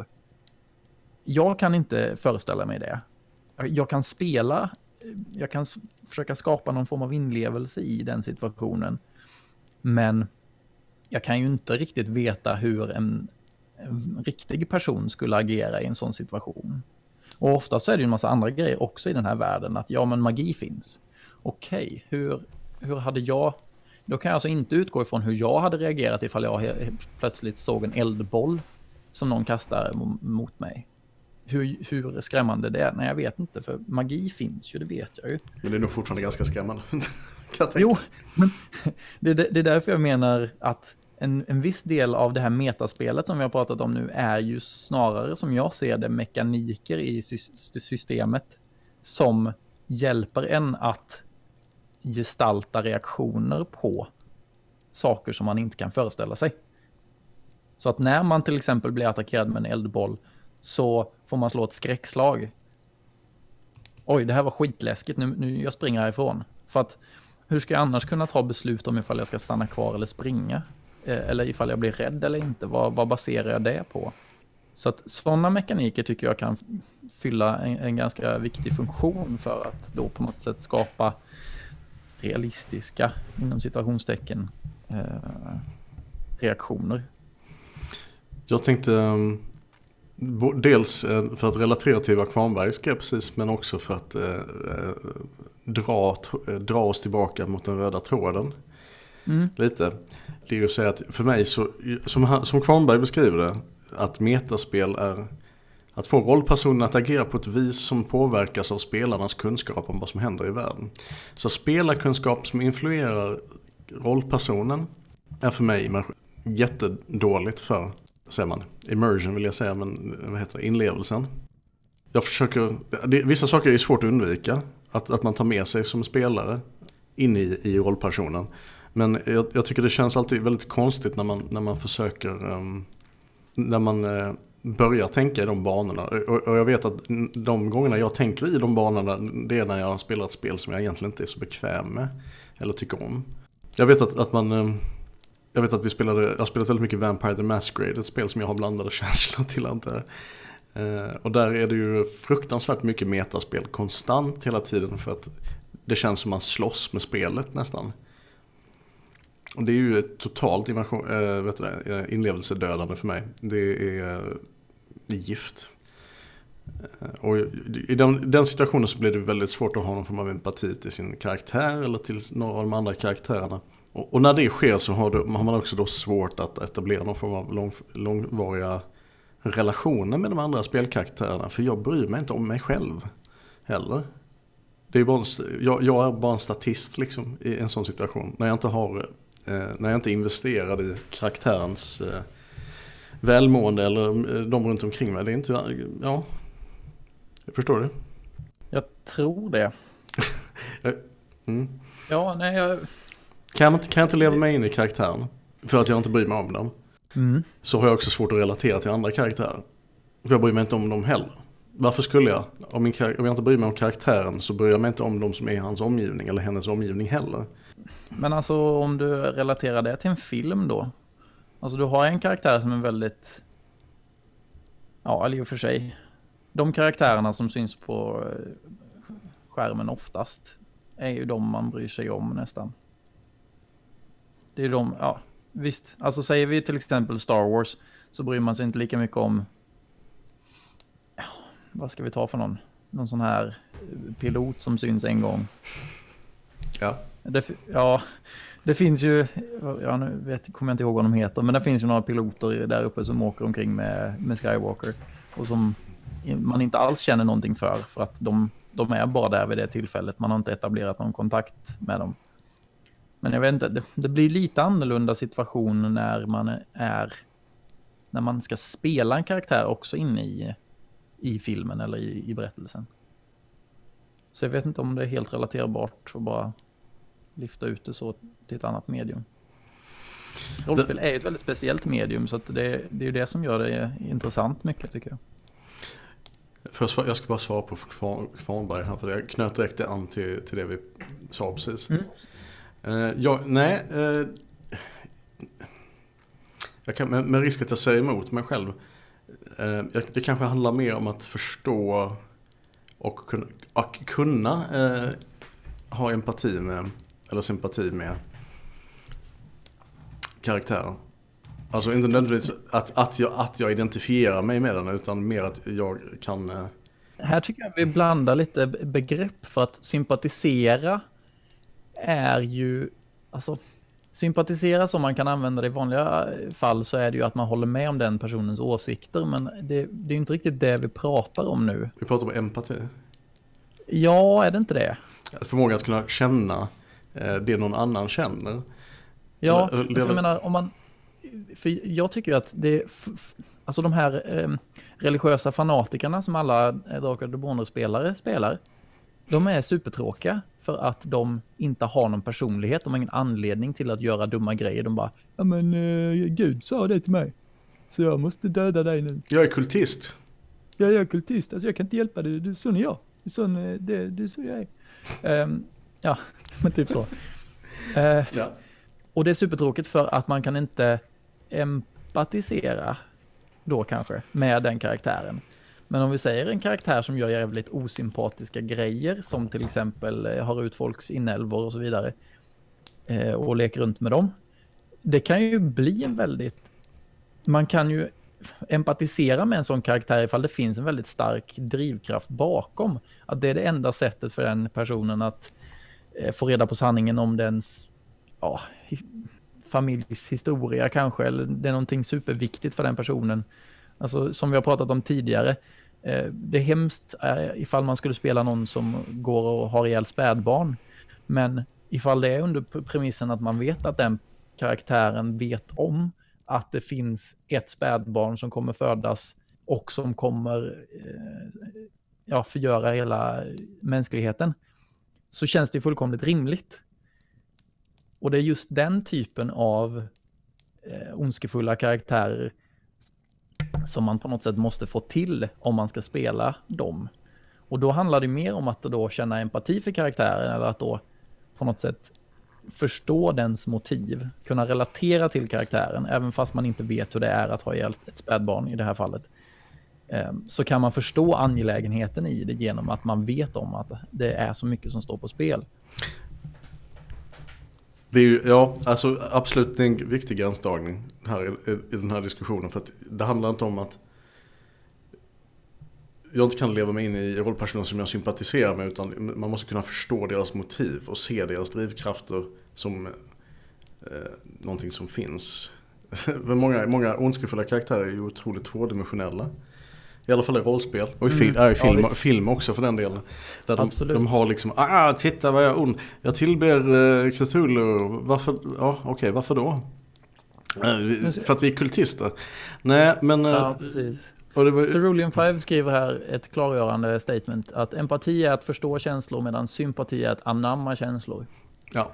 Jag kan inte föreställa mig det. Jag kan spela, jag kan försöka skapa någon form av inlevelse i den situationen. Men jag kan ju inte riktigt veta hur en, en riktig person skulle agera i en sån situation. Och ofta så är det ju en massa andra grejer också i den här världen. Att ja, men magi finns. Okej, okay, hur, hur hade jag... Då kan jag alltså inte utgå ifrån hur jag hade reagerat ifall jag plötsligt såg en eldboll som någon kastar mot mig. Hur, hur skrämmande det är? Nej, jag vet inte, för magi finns ju, det vet jag ju. Men det är nog fortfarande ganska skrämmande. Jo, men det, det, det är därför jag menar att en, en viss del av det här metaspelet som vi har pratat om nu är ju snarare, som jag ser det, mekaniker i sy- systemet som hjälper en att gestalta reaktioner på saker som man inte kan föreställa sig. Så att när man till exempel blir attackerad med en eldboll så får man slå ett skräckslag. Oj, det här var skitläskigt. Nu, nu jag springer härifrån. För att hur ska jag annars kunna ta beslut om ifall jag ska stanna kvar eller springa? Eh, eller ifall jag blir rädd eller inte? Vad, vad baserar jag det på? Så att sådana mekaniker tycker jag kan fylla en, en ganska viktig funktion för att då på något sätt skapa realistiska, inom citationstecken, eh, reaktioner. Jag tänkte... Um... Dels för att relatera till vad Kvarnberg skrev precis, men också för att eh, dra, dra oss tillbaka mot den röda tråden. Mm. Lite. Det är ju att säga att för mig, så, som, som Kvarnberg beskriver det, att metaspel är att få rollpersonen att agera på ett vis som påverkas av spelarnas kunskap om vad som händer i världen. Så spelarkunskap som influerar rollpersonen är för mig jättedåligt för, säger man, immersion vill jag säga, men vad heter det, inlevelsen. Jag försöker, det, vissa saker är svårt att undvika, att, att man tar med sig som spelare in i, i rollpersonen. Men jag, jag tycker det känns alltid väldigt konstigt när man, när man försöker, um, när man uh, börjar tänka i de banorna. Och, och jag vet att de gångerna jag tänker i de banorna, det är när jag spelar ett spel som jag egentligen inte är så bekväm med eller tycker om. Jag vet att, att man... Jag vet att vi spelade, jag har spelat väldigt mycket Vampire the Masquerade, ett spel som jag har blandade känslor till antar jag. Eh, och där är det ju fruktansvärt mycket metaspel konstant hela tiden för att det känns som man slåss med spelet nästan. Och det är ju ett totalt immersion, äh, vet du det, inlevelsedödande för mig. Det är, det är gift. Och i den, den situationen så blir det väldigt svårt att ha någon form av empati till sin karaktär eller till några av de andra karaktärerna. Och, och när det sker så har, det, har man också då svårt att etablera någon form av lång, långvariga relationer med de andra spelkaraktärerna. För jag bryr mig inte om mig själv heller. Det är bara en, jag, jag är bara en statist liksom, i en sån situation. När jag inte har... Eh, när jag inte investerar i karaktärens eh, välmående eller eh, de runt omkring mig. Det är inte, ja, jag förstår det. Jag tror det. mm. Ja, nej, jag... Kan jag, inte, kan jag inte leva mig in i karaktären för att jag inte bryr mig om dem, mm. så har jag också svårt att relatera till andra karaktärer. För jag bryr mig inte om dem heller. Varför skulle jag? Om, min, om jag inte bryr mig om karaktären så bryr jag mig inte om dem som är i hans omgivning eller hennes omgivning heller. Men alltså om du relaterar det till en film då. Alltså du har en karaktär som är väldigt... Ja, eller i och för sig. De karaktärerna som syns på skärmen oftast är ju de man bryr sig om nästan. Det är de, ja visst. Alltså säger vi till exempel Star Wars så bryr man sig inte lika mycket om... Ja, vad ska vi ta för någon? Någon sån här pilot som syns en gång. Ja. Det, ja, det finns ju, ja, nu vet, kommer jag inte ihåg vad de heter, men det finns ju några piloter där uppe som åker omkring med, med Skywalker och som man inte alls känner någonting för, för att de, de är bara där vid det tillfället. Man har inte etablerat någon kontakt med dem. Men jag vet inte, det, det blir lite annorlunda situation när man är, när man ska spela en karaktär också inne i, i filmen eller i, i berättelsen. Så jag vet inte om det är helt relaterbart att bara lyfta ut det så till ett annat medium. Rollspel är ju ett väldigt speciellt medium, så att det, det är ju det som gör det intressant mycket tycker jag. Först, jag ska bara svara på Kvarnberg här, för jag knöt direkt an till, till det vi sa precis. Mm. Uh, ja, nej, uh, jag kan, med, med risk att jag säger emot mig själv, uh, jag, det kanske handlar mer om att förstå och kunna, och kunna uh, ha empati med, eller sympati med karaktärer. Alltså inte nödvändigtvis att, att, jag, att jag identifierar mig med den, utan mer att jag kan... Uh... Här tycker jag vi blandar lite begrepp, för att sympatisera är ju... Alltså, sympatisera som man kan använda det i vanliga fall, så är det ju att man håller med om den personens åsikter, men det, det är ju inte riktigt det vi pratar om nu. Vi pratar om empati. Ja, är det inte det? Förmåga att kunna känna eh, det någon annan känner. Ja, eller, eller... jag menar, om man... För jag tycker ju att det... Alltså de här eh, religiösa fanatikerna som alla Drakar och Demoner-spelare spelar, de är supertråkiga för att de inte har någon personlighet. De har ingen anledning till att göra dumma grejer. De bara, ja men eh, Gud sa det till mig, så jag måste döda dig nu. Jag är kultist. Ja, jag är kultist. Alltså jag kan inte hjälpa dig. Du är sån är jag. Du är sån, det, det är så jag är. Um, ja, men typ så. Uh, ja. Och det är supertråkigt för att man kan inte empatisera då kanske med den karaktären. Men om vi säger en karaktär som gör jävligt osympatiska grejer, som till exempel eh, har ut folks inälvor och så vidare, eh, och leker runt med dem. Det kan ju bli en väldigt... Man kan ju empatisera med en sån karaktär ifall det finns en väldigt stark drivkraft bakom. Att det är det enda sättet för den personen att eh, få reda på sanningen om dens ja, hi- familjs historia kanske. Eller det är någonting superviktigt för den personen. Alltså som vi har pratat om tidigare. Eh, det är hemskt eh, ifall man skulle spela någon som går och har ihjäl spädbarn. Men ifall det är under premissen att man vet att den karaktären vet om att det finns ett spädbarn som kommer födas och som kommer eh, ja, förgöra hela mänskligheten, så känns det fullkomligt rimligt. Och det är just den typen av eh, ondskefulla karaktärer som man på något sätt måste få till om man ska spela dem. Och då handlar det mer om att då känna empati för karaktären, eller att då på något sätt förstå dens motiv, kunna relatera till karaktären, även fast man inte vet hur det är att ha ihjäl ett spädbarn i det här fallet. Så kan man förstå angelägenheten i det genom att man vet om att det är så mycket som står på spel. Det är ju, ja, alltså absolut en viktig gränsdragning här i, i den här diskussionen, för att det handlar inte om att jag inte kan leva mig in i rollpersoner som jag sympatiserar med, utan man måste kunna förstå deras motiv och se deras drivkrafter som eh, någonting som finns. många, många ondskefulla karaktärer är ju otroligt tvådimensionella. I alla fall i rollspel. Och i, fil- mm. äh, i film, ja, film också för den delen. Där de, de har liksom, ah, titta vad jag är ond. Jag tillber uh, Cthulhu. Varför, ja, okej, okay, varför då? Uh, för att vi är kultister. Nej, men... Uh, ja, precis. Och det var... Cerulean fem skriver här ett klargörande statement. Att empati är att förstå känslor, medan sympati är att anamma känslor. Ja.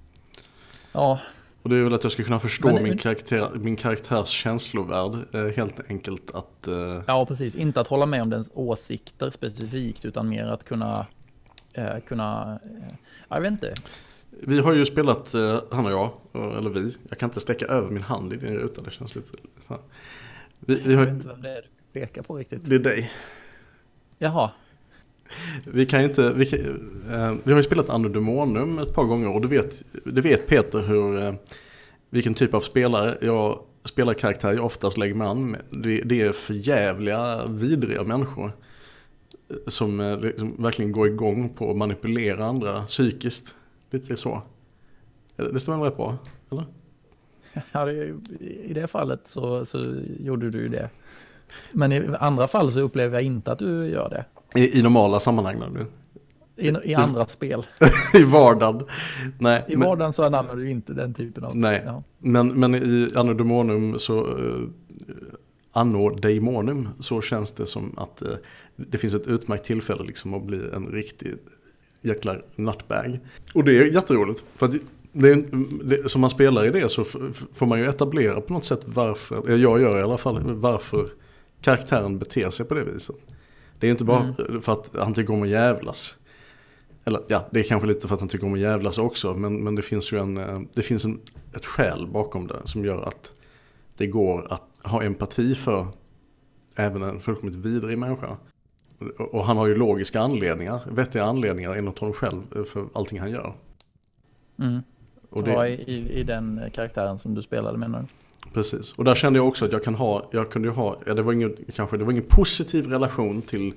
Ja. Och det är väl att jag ska kunna förstå men, min, karaktär, min karaktärs känslovärld. Eh, helt enkelt att... Eh... Ja, precis. Inte att hålla med om dens åsikter specifikt, utan mer att kunna... Eh, kunna eh, jag vet inte. Vi har ju spelat, eh, han och jag, eller vi. Jag kan inte sträcka över min hand i din ruta, det känns lite... Så. Vi, vi har... Jag vet inte vem det är du pekar på riktigt. Det är dig. Jaha. Vi kan inte... Vi, kan, eh, vi har ju spelat Anno Daemonum ett par gånger, och du vet, du vet Peter hur... Eh, vilken typ av spelare jag spelar karaktär jag oftast lägger mig an med. Det, det är för jävliga, vidriga människor som eh, liksom verkligen går igång på att manipulera andra psykiskt. Lite så. Det stämmer rätt bra, eller? Ja, det, i det fallet så, så gjorde du det. Men i andra fall så upplever jag inte att du gör det. I, i normala sammanhang nu? I, i andra spel. I vardagen. Nej, I vardagen men, så använder du inte den typen av... Nej, ja. men, men i Anno Daemonum så... Uh, Anno Daemonum så känns det som att uh, det finns ett utmärkt tillfälle liksom att bli en riktig jäkla nutbag. Och det är jätteroligt. För att det är, det, som man spelar i det så f- får man ju etablera på något sätt varför... Jag gör i alla fall varför karaktären beter sig på det viset. Det är inte bara mm. för att han tycker om att jävlas. Eller ja, det är kanske lite för att han tycker om att jävlas också. Men, men det finns ju en, det finns en, ett skäl bakom det som gör att det går att ha empati för även en fullkomligt vidrig människa. Och, och han har ju logiska anledningar, vettiga anledningar inom honom själv för allting han gör. Mm. Och det, ja, i, i den karaktären som du spelade menar du? Precis. Och där kände jag också att jag kan ha, jag kunde ju ha, ja, det var ingen, kanske det var ingen positiv relation till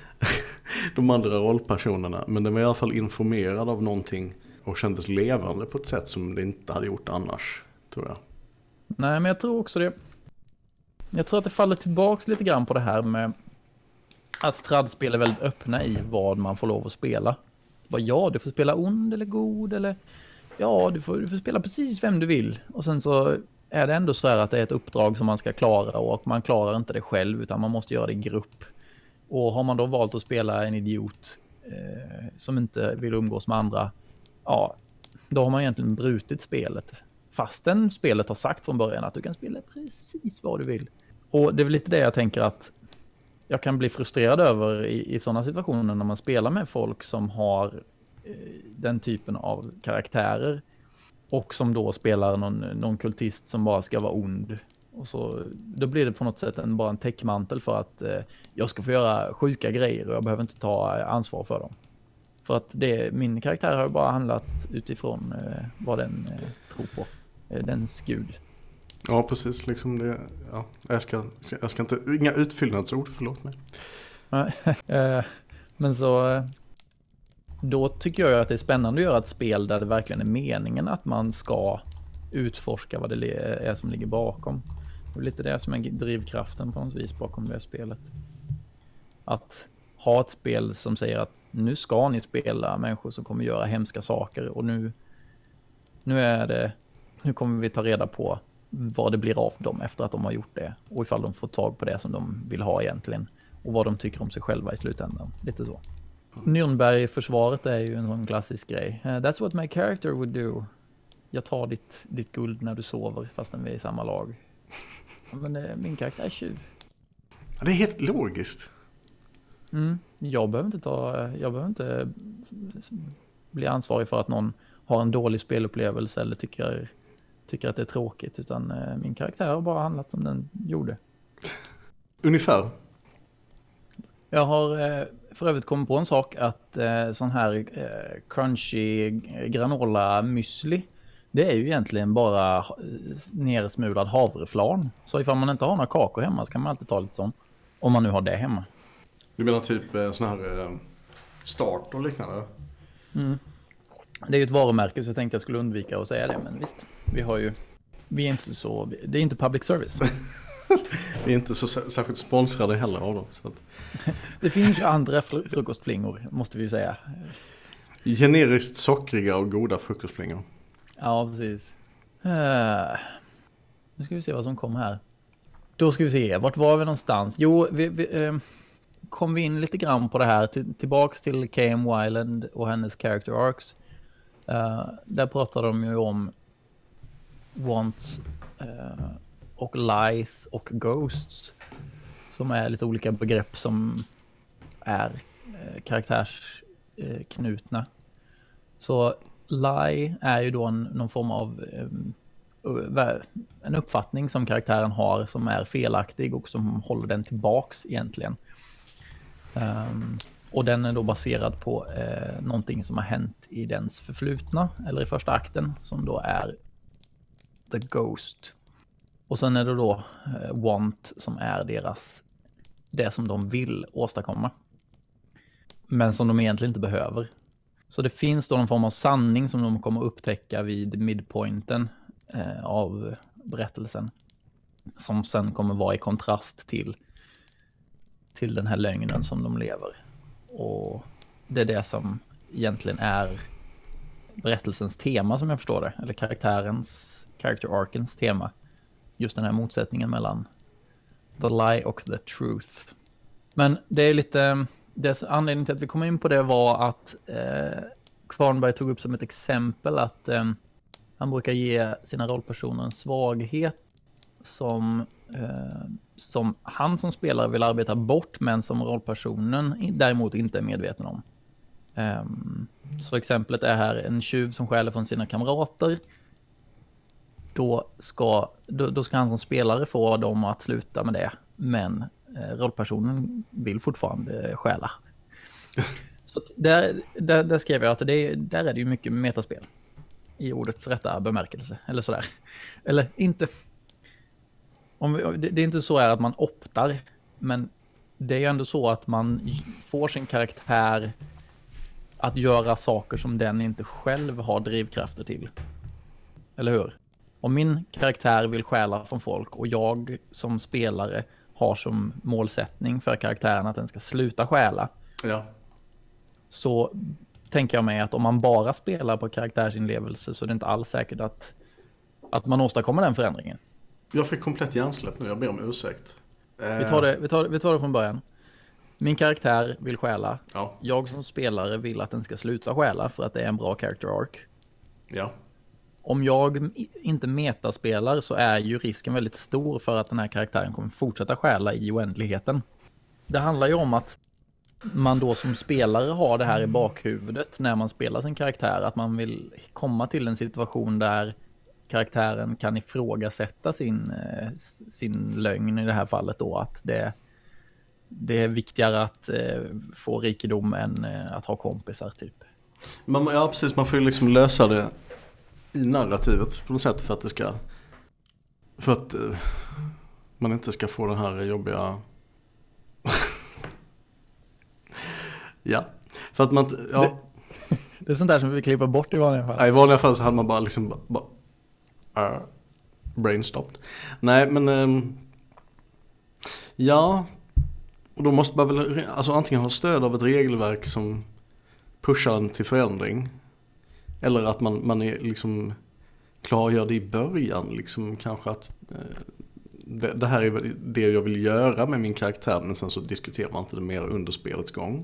de andra rollpersonerna, men den var i alla fall informerad av någonting och kändes levande på ett sätt som det inte hade gjort annars, tror jag. Nej, men jag tror också det. Jag tror att det faller tillbaks lite grann på det här med att tradspel är väldigt öppna i vad man får lov att spela. Bara, ja, du får spela ond eller god, eller ja, du får, du får spela precis vem du vill. Och sen så är det ändå så här att det är ett uppdrag som man ska klara, och man klarar inte det själv utan man måste göra det i grupp. Och har man då valt att spela en idiot eh, som inte vill umgås med andra, ja, då har man egentligen brutit spelet. Fastän spelet har sagt från början att du kan spela precis vad du vill. Och det är väl lite det jag tänker att jag kan bli frustrerad över i, i sådana situationer när man spelar med folk som har eh, den typen av karaktärer. Och som då spelar någon, någon kultist som bara ska vara ond. Och så, då blir det på något sätt en, bara en täckmantel för att eh, jag ska få göra sjuka grejer och jag behöver inte ta ansvar för dem. För att det, min karaktär har bara handlat utifrån eh, vad den eh, tror på. Eh, dens gud. Ja, precis. Liksom det, ja, jag, ska, jag ska inte... Inga utfyllnadsord, förlåt mig. eh, men så... Eh, då tycker jag att det är spännande att göra ett spel där det verkligen är meningen att man ska utforska vad det är som ligger bakom. Det är lite det som är drivkraften på något vis bakom det spelet. Att ha ett spel som säger att nu ska ni spela människor som kommer göra hemska saker, och nu, nu är det, nu kommer vi ta reda på vad det blir av dem efter att de har gjort det, och ifall de får tag på det som de vill ha egentligen, och vad de tycker om sig själva i slutändan. Lite så. Nürnberg-försvaret är ju en sån klassisk grej. Uh, that's what my character would do. Jag tar ditt, ditt guld när du sover, fastän vi är i samma lag. Men uh, min karaktär är tjuv. Ja, det är helt logiskt. Mm. Jag behöver inte ta, jag behöver inte bli ansvarig för att någon har en dålig spelupplevelse eller tycker, tycker att det är tråkigt, utan min karaktär har bara handlat som den gjorde. Ungefär. Jag har för övrigt kommit på en sak, att sån här crunchy granola müsli, det är ju egentligen bara nersmulad havreflarn. Så ifall man inte har några kakor hemma så kan man alltid ta lite sån, om man nu har det hemma. Du menar typ sån här start och liknande? Mm. Det är ju ett varumärke, så jag tänkte jag skulle undvika att säga det, men visst, vi har ju, vi är inte så, det är inte public service. Vi är inte så särskilt sponsrade heller av dem. Så att... Det finns ju andra fr- frukostflingor, måste vi ju säga. Generiskt sockriga och goda frukostflingor. Ja, precis. Uh, nu ska vi se vad som kom här. Då ska vi se, vart var vi någonstans? Jo, vi, vi uh, kom vi in lite grann på det här, till, tillbaks till K M Wyland och hennes character arcs. Uh, där pratade de ju om wants uh, och lies och ghosts, som är lite olika begrepp som är uh, karaktärsknutna. Uh, Så lie är ju då en, någon form av um, en uppfattning som karaktären har som är felaktig och som håller den tillbaks egentligen. Um, och den är då baserad på uh, någonting som har hänt i dens förflutna eller i första akten, som då är the ghost. Och sen är det då uh, want, som är deras, det som de vill åstadkomma, men som de egentligen inte behöver. Så det finns då någon form av sanning som de kommer upptäcka vid midpointen eh, av berättelsen, som sen kommer vara i kontrast till till den här lögnen som de lever. Och det är det som egentligen är berättelsens tema, som jag förstår det, eller karaktärens character arcens tema. Just den här motsättningen mellan the lie och the truth. Men det är lite... Det anledningen till att vi kom in på det var att eh, Kvarnberg tog upp som ett exempel att eh, han brukar ge sina rollpersoner en svaghet som, eh, som han som spelare vill arbeta bort, men som rollpersonen däremot inte är medveten om. Eh, så exemplet är här en tjuv som stjäler från sina kamrater. Då ska, då, då ska han som spelare få dem att sluta med det, men rollpersonen vill fortfarande stjäla. Så där, där, där skrev jag att det, där är det ju mycket metaspel i ordets rätta bemärkelse, eller sådär. Eller inte. Om vi, det, det är inte så är att man optar, men det är ju ändå så att man får sin karaktär att göra saker som den inte själv har drivkrafter till. Eller hur? Om min karaktär vill stjäla från folk och jag som spelare har som målsättning för karaktären att den ska sluta stjäla. Ja. Så tänker jag mig att om man bara spelar på karaktärsinlevelse så är det inte alls säkert att, att man åstadkommer den förändringen. Jag fick komplett hjärnsläpp nu, jag ber om ursäkt. Vi tar det, vi tar, vi tar det från början. Min karaktär vill stjäla. Ja. Jag som spelare vill att den ska sluta stjäla för att det är en bra character arc. Ja. Om jag inte metaspelar så är ju risken väldigt stor för att den här karaktären kommer fortsätta stjäla i oändligheten. Det handlar ju om att man då som spelare har det här i bakhuvudet när man spelar sin karaktär, att man vill komma till en situation där karaktären kan ifrågasätta sin, sin lögn i det här fallet då, att det, det är viktigare att få rikedom än att ha kompisar typ. Man, ja precis, man får ju liksom lösa det i narrativet på något sätt för att det ska, för att uh, man inte ska få den här jobbiga ja, för att man ja. det, det är sånt där som vi klipper bort i vanliga fall. Ja, i vanliga fall så hade man bara liksom bara, bara uh, brain stopped. Nej men um, ja, och då måste man väl alltså antingen ha stöd av ett regelverk som pushar en till förändring, eller att man, man är liksom klargör det i början liksom, kanske att eh, det, det här är det jag vill göra med min karaktär, men sen så diskuterar man inte det mer under spelets gång.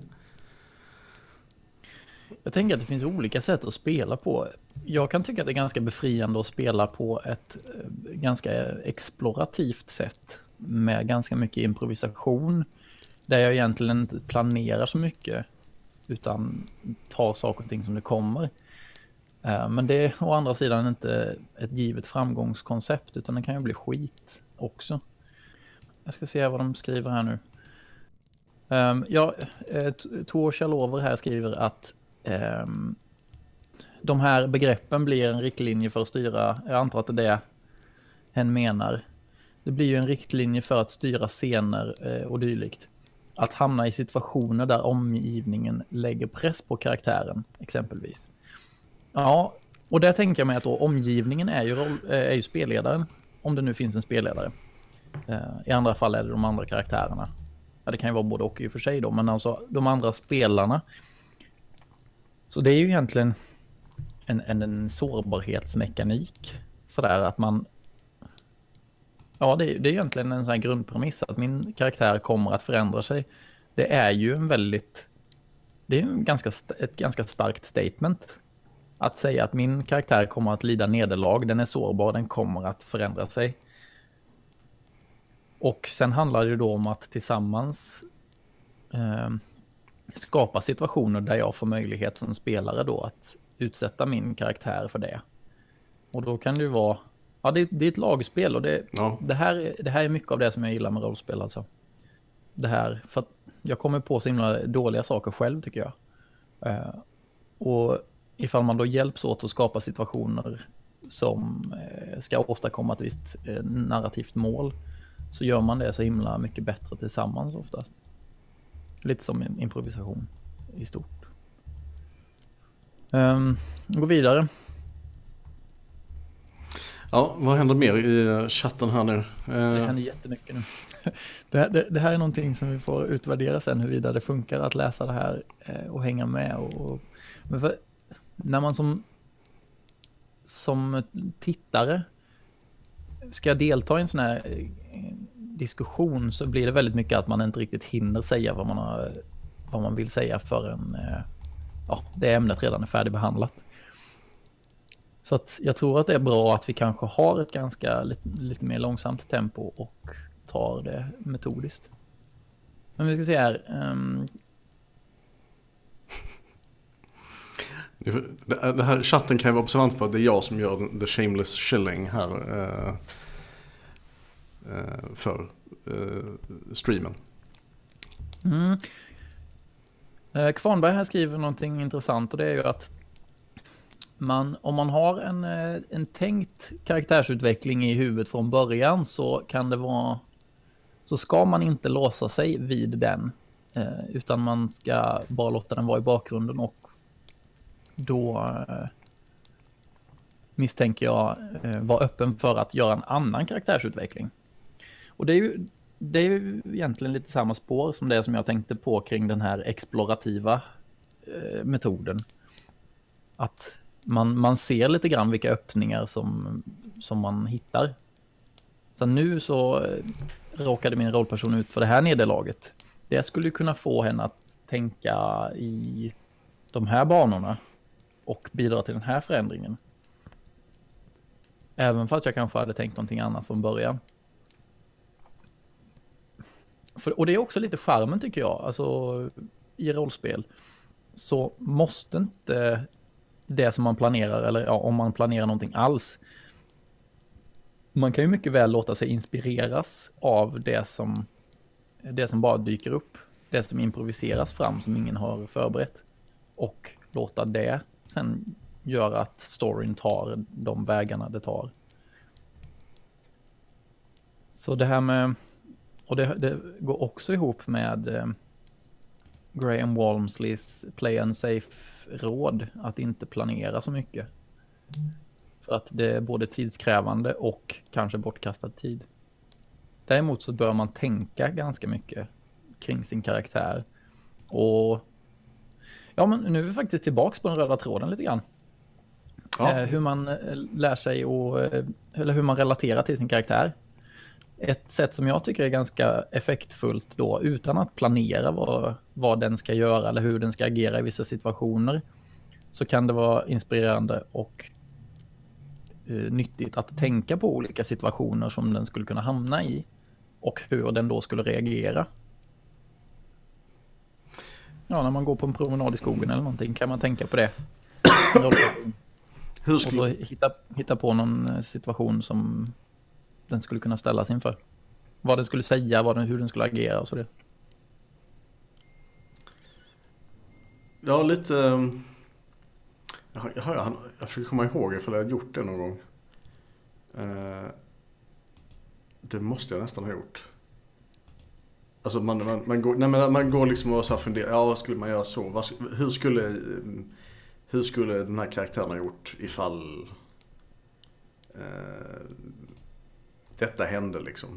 Jag tänker att det finns olika sätt att spela på. Jag kan tycka att det är ganska befriande att spela på ett eh, ganska explorativt sätt med ganska mycket improvisation. Där jag egentligen inte planerar så mycket utan tar saker och ting som det kommer. Men det är å andra sidan inte ett givet framgångskoncept utan det kan ju bli skit också. Jag ska se vad de skriver här nu. Um, ja, Tor Kjellöver här skriver att um, de här begreppen blir en riktlinje för att styra, jag antar att det är det hen menar. Det blir ju en riktlinje för att styra scener eh, och dylikt. Att hamna i situationer där omgivningen lägger press på karaktären, exempelvis. Ja, och där tänker jag mig att då, omgivningen är ju, roll, är ju spelledaren, om det nu finns en spelledare. Eh, I andra fall är det de andra karaktärerna. Ja, det kan ju vara både och i och för sig då, men alltså de andra spelarna. Så det är ju egentligen en, en, en sårbarhetsmekanik. Sådär att man... Ja, det, det är egentligen en sån här grundpremiss att min karaktär kommer att förändra sig. Det är ju en väldigt... Det är ju en ganska, ett ganska starkt statement. Att säga att min karaktär kommer att lida nederlag, den är sårbar, den kommer att förändra sig. Och sen handlar det då om att tillsammans eh, skapa situationer där jag får möjlighet som spelare då att utsätta min karaktär för det. Och då kan det ju vara... Ja, det, det är ett lagspel och det, ja. det, här, det här är mycket av det som jag gillar med rollspel alltså. Det här, för att jag kommer på så himla dåliga saker själv tycker jag. Eh, och ifall man då hjälps åt att skapa situationer som eh, ska åstadkomma ett visst eh, narrativt mål, så gör man det så himla mycket bättre tillsammans oftast. Lite som en improvisation i stort. Um, gå vidare. Ja, vad händer mer i chatten här nu? Det händer jättemycket nu. Det här, det, det här är någonting som vi får utvärdera sen, huruvida det funkar att läsa det här och hänga med. Och, och, men för, när man som, som tittare ska delta i en sån här diskussion så blir det väldigt mycket att man inte riktigt hinner säga vad man, har, vad man vill säga förrän ja, det ämnet redan är färdigbehandlat. Så att jag tror att det är bra att vi kanske har ett ganska lite, lite mer långsamt tempo och tar det metodiskt. Men vi ska se här. Um... Det här chatten kan ju vara observant på att det är jag som gör the shameless shilling här uh, uh, för uh, streamen. Mm. Uh, Kvarnberg här skriver någonting intressant och det är ju att Man, om man har en, en tänkt karaktärsutveckling i huvudet från början så kan det vara så ska man inte låsa sig vid den eh, utan man ska bara låta den vara i bakgrunden och då eh, misstänker jag eh, vara öppen för att göra en annan karaktärsutveckling. Och det är ju det är ju egentligen lite samma spår som det som jag tänkte på kring den här explorativa eh, metoden. Att Man, man ser lite grann vilka öppningar som, som man hittar. Så nu så råkade min rollperson ut för det här nederlaget. Det skulle kunna få henne att tänka i de här banorna och bidra till den här förändringen. Även fast jag kanske hade tänkt någonting annat från början. För, och det är också lite charmen tycker jag. Alltså i rollspel så måste inte det som man planerar, eller ja, om man planerar någonting alls. Man kan ju mycket väl låta sig inspireras av det som det som bara dyker upp. Det som improviseras fram som ingen har förberett. Och låta det sen göra att storyn tar de vägarna det tar. Så det här med, och det, det går också ihop med eh, Graham Walmsleys play and safe råd att inte planera så mycket. För att det är både tidskrävande och kanske bortkastad tid. Däremot så bör man tänka ganska mycket kring sin karaktär. Och ja, men nu är vi faktiskt tillbaks på den röda tråden lite grann. Ja. Eh, hur man lär sig och eller hur man relaterar till sin karaktär. Ett sätt som jag tycker är ganska effektfullt då, utan att planera vad, vad den ska göra eller hur den ska agera i vissa situationer, så kan det vara inspirerande och eh, nyttigt att tänka på olika situationer som den skulle kunna hamna i och hur den då skulle reagera. Ja, när man går på en promenad i skogen eller någonting kan man tänka på det. Hur och skulle... så hitta, hitta på någon situation som den skulle kunna ställas inför. Vad den skulle säga, vad den, hur den skulle agera och så det. Ja, lite... Jag, jag, jag, jag försöker komma ihåg ifall jag har gjort det någon gång. Uh, det måste jag nästan ha gjort. Alltså man, man, man, går, nej men man går liksom och så funderar, ja vad skulle man göra så? Vad, hur, skulle, hur skulle den här karaktären ha gjort ifall uh, detta hände liksom?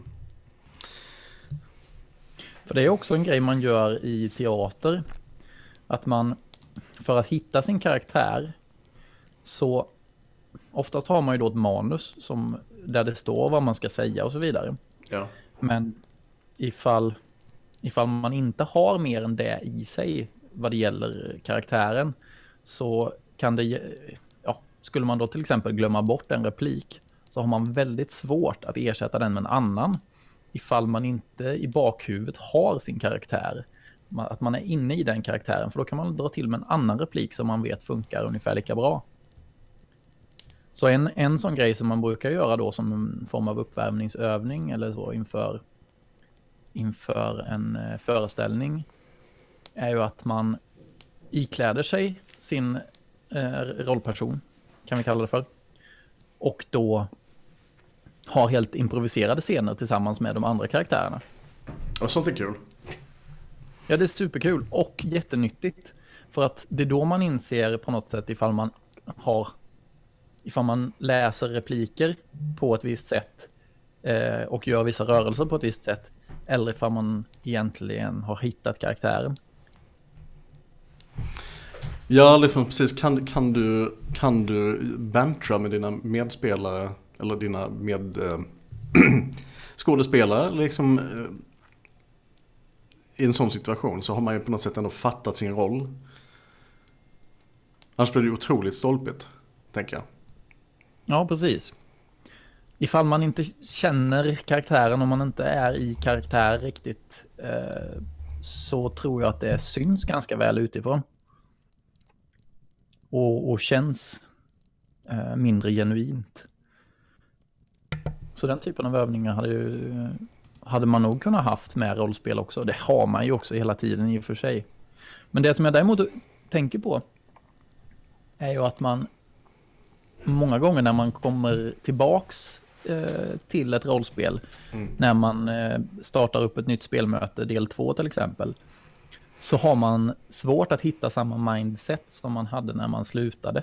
För det är också en grej man gör i teater. Att man, för att hitta sin karaktär, så oftast har man ju då ett manus som, där det står vad man ska säga och så vidare. Ja. Men ifall, ifall man inte har mer än det i sig vad det gäller karaktären, så kan det, ja, skulle man då till exempel glömma bort en replik, så har man väldigt svårt att ersätta den med en annan ifall man inte i bakhuvudet har sin karaktär. Att man är inne i den karaktären, för då kan man dra till med en annan replik som man vet funkar ungefär lika bra. Så en, en sån grej som man brukar göra då som en form av uppvärmningsövning eller så inför, inför en föreställning är ju att man ikläder sig sin eh, rollperson, kan vi kalla det för, och då har helt improviserade scener tillsammans med de andra karaktärerna. Och sånt är kul. Ja, det är superkul och jättenyttigt. För att det är då man inser på något sätt ifall man har, ifall man läser repliker på ett visst sätt eh, och gör vissa rörelser på ett visst sätt, eller ifall man egentligen har hittat karaktären. Ja, liksom precis. Kan, kan du, kan du bantra med dina medspelare eller dina med eh, skådespelare liksom eh, i en sån situation, så har man ju på något sätt ändå fattat sin roll. Annars blir det otroligt stolpigt, tänker jag. Ja, precis. Ifall man inte känner karaktären, om man inte är i karaktär riktigt, eh, så tror jag att det syns ganska väl utifrån. Och, och känns eh, mindre genuint. Så den typen av övningar hade, ju, hade man nog kunnat haft med rollspel också. Det har man ju också hela tiden i och för sig. Men det som jag däremot tänker på är ju att man många gånger när man kommer tillbaks eh, till ett rollspel, mm. när man eh, startar upp ett nytt spelmöte, del två till exempel, så har man svårt att hitta samma mindset som man hade när man slutade.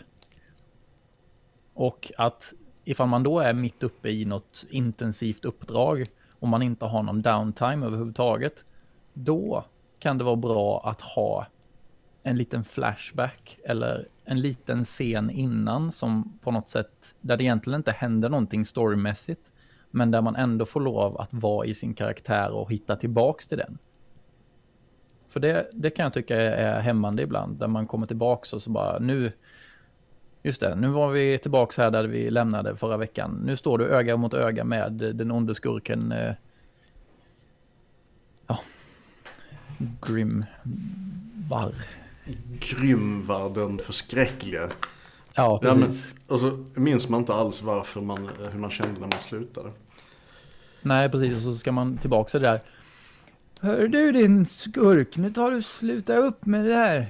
Och att ifall man då är mitt uppe i något intensivt uppdrag och man inte har någon downtime överhuvudtaget, då kan det vara bra att ha en liten flashback eller en liten scen innan som på något sätt, där det egentligen inte händer någonting storymässigt, men där man ändå får lov att vara i sin karaktär och hitta tillbaks till den. För det, det kan jag tycka är hämmande ibland, där man kommer tillbaks och så bara, nu, just det, nu var vi tillbaks här där vi lämnade förra veckan. Nu står du öga mot öga med den onde skurken, eh, ja, Grimvar. Grimvar, den förskräckliga. Ja, precis. Ja, men, och så minns man inte alls varför man, hur man kände när man slutade. Nej, precis. Och så ska man tillbaka till det där. Hör du din skurk, nu tar du sluta upp med det här.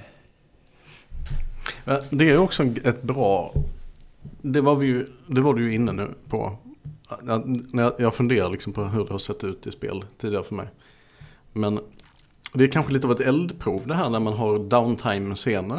Det är också ett bra... Det var, vi ju, det var du ju inne nu på. När jag, jag funderar liksom på hur det har sett ut i spel tidigare för mig. Men det är kanske lite av ett eldprov det här när man har downtime-scener.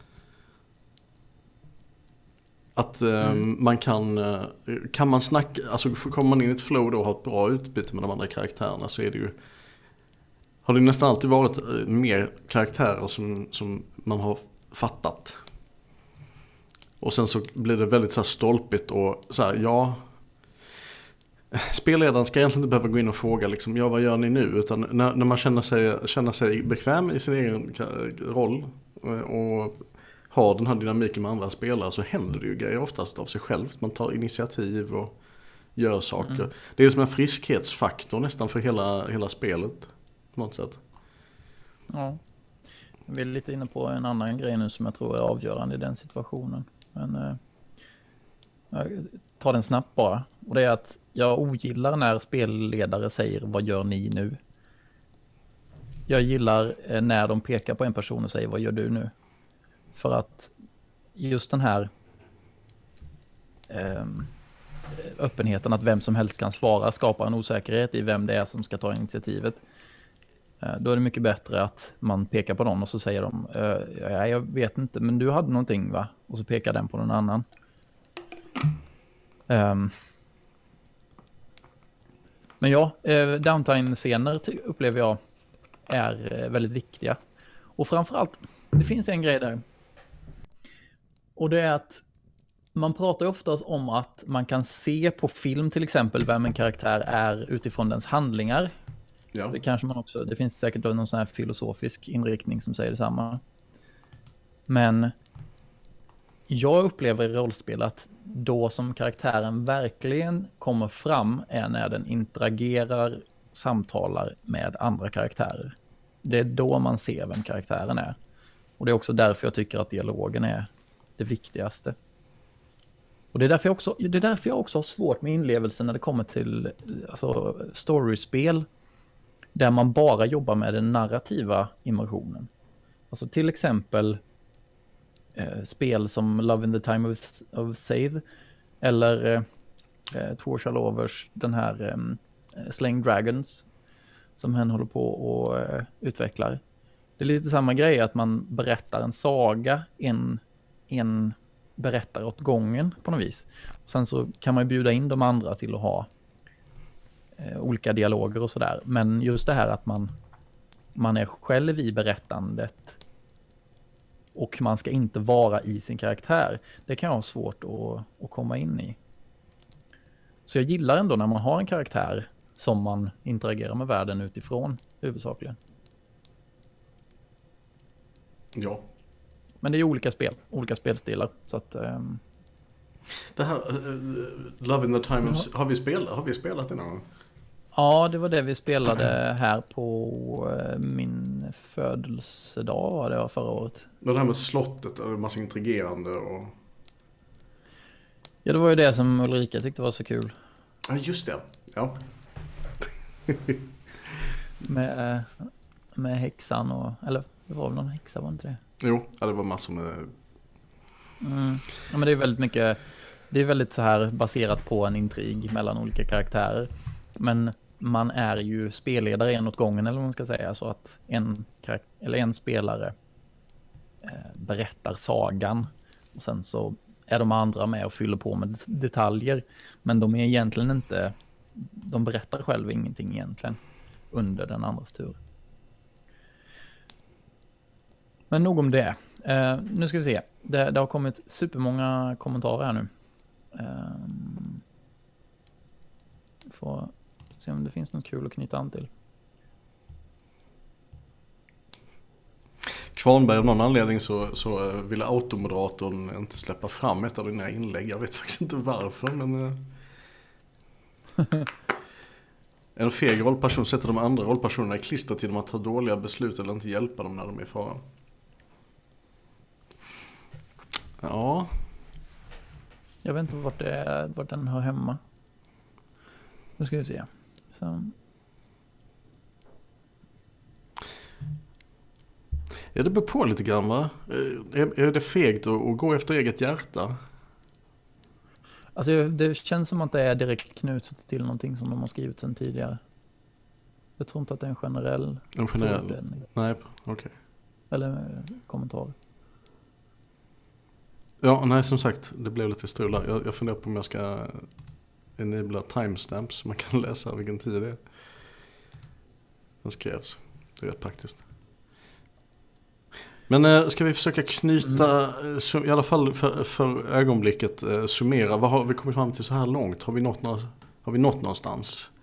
Att mm. eh, man kan... Kan man snacka... Alltså kommer man in i ett flow då och har ett bra utbyte med de andra karaktärerna, så är det ju... Har det nästan alltid varit mer karaktärer som, som man har fattat. Och sen så blir det väldigt så här stolpigt och så här, ja, spelledaren ska egentligen inte behöva gå in och fråga liksom, ja, vad gör ni nu? Utan när, när man känner sig, känner sig bekväm i sin egen roll och, och har den här dynamiken med andra spelare, så händer det ju grejer oftast av sig själv. Man tar initiativ och gör saker. Mm. Det är som en friskhetsfaktor nästan för hela, hela spelet på något sätt. Ja. Vi är lite inne på en annan grej nu som jag tror är avgörande i den situationen. Men eh, jag tar den snabbt bara. Och det är att jag ogillar när spelledare säger vad gör ni nu? Jag gillar eh, när de pekar på en person och säger vad gör du nu? För att just den här eh, öppenheten att vem som helst kan svara skapar en osäkerhet i vem det är som ska ta initiativet. Då är det mycket bättre att man pekar på någon och så säger de ja, jag vet inte, men du hade någonting va? Och så pekar den på någon annan. Um. Men ja, downtime-scener upplever jag är väldigt viktiga. Och framförallt, det finns en grej där. Och det är att man pratar ju oftast om att man kan se på film till exempel vem en karaktär är utifrån dens handlingar. Ja. Det kanske man också, det finns säkert någon sån här filosofisk inriktning som säger detsamma. Men jag upplever i rollspel att då som karaktären verkligen kommer fram är när den interagerar, samtalar med andra karaktärer. Det är då man ser vem karaktären är. Och det är också därför jag tycker att dialogen är det viktigaste. Och det är därför jag också, det är därför jag också har svårt med inlevelsen när det kommer till alltså, storyspel. Där man bara jobbar med den narrativa immersionen. Alltså till exempel eh, spel som Love in the Time of, of Save. Eller eh, Tor Shalovers den här eh, Slaying Dragons. Som han håller på och eh, utvecklar. Det är lite samma grej att man berättar en saga. En, en berättar åt gången på något vis. Och sen så kan man bjuda in de andra till att ha olika dialoger och sådär. Men just det här att man man är själv i berättandet och man ska inte vara i sin karaktär. Det kan jag ha svårt att, att komma in i. Så jag gillar ändå när man har en karaktär som man interagerar med världen utifrån huvudsakligen. Ja. Men det är olika spel, olika spelstilar. Så att, um... det här uh, Love in the Time of... Ja. Har vi spelat, har vi spelat det någon gång? Ja, det var det vi spelade här på min födelsedag var det var förra året. Det här med slottet, är det massa intrigerande och... Ja, det var ju det som Ulrika tyckte var så kul. Ja, just det. Ja. med, med häxan och... Eller det var väl någon häxa, var inte det? Jo, ja, det var massor med... Mm. Ja, men det är väldigt mycket... Det är väldigt så här baserat på en intrig mellan olika karaktärer. Men man är ju spelledare en åt gången eller vad man ska säga. Så att en, eller en spelare eh, berättar sagan. Och sen så är de andra med och fyller på med detaljer. Men de är egentligen inte... De berättar själva ingenting egentligen under den andras tur. Men nog om det. Eh, nu ska vi se. Det, det har kommit supermånga kommentarer här nu. Um, får se om det finns något kul att knyta an till. Kvarnberg, av någon anledning så, så ville automoderatorn inte släppa fram ett av dina inlägg. Jag vet faktiskt inte varför, men... En feg rollperson sätter de andra rollpersonerna i klister till dem att ta dåliga beslut eller inte hjälpa dem när de är i fara. Ja... Jag vet inte vart, det är, vart den hör hemma. Nu ska vi se. Så. Ja, det beror på lite grann, va? Är, är det fegt att, att gå efter eget hjärta? Alltså det känns som att det är direkt knutet till någonting som de har skrivit sedan tidigare. Jag tror inte att det är en generell... En generell? Nej, okej. Okay. Eller kommentar. Ja, nej, som sagt, det blev lite strul där. Jag, jag funderar på om jag ska enabla timestamps så man kan läsa vilken tid det är. Den skrevs. Det är rätt praktiskt. Men äh, ska vi försöka knyta, mm. sum, i alla fall för, för ögonblicket, äh, summera. Vad har vi kommit fram till så här långt? Har vi nått, nå- har vi nått någonstans?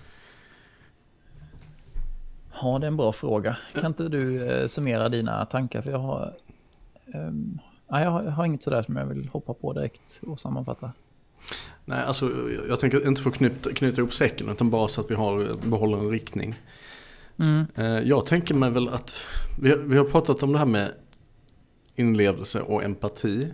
Ja, det är en bra fråga. Kan inte du äh, summera dina tankar? För jag har... Ähm... Nej, jag har, jag har inget sådär som jag vill hoppa på direkt och sammanfatta. Nej, alltså jag tänker inte få knyta, knyta ihop säcken utan bara så att vi har, behåller en riktning. Mm. Jag tänker mig väl att vi har, vi har pratat om det här med inlevelse och empati.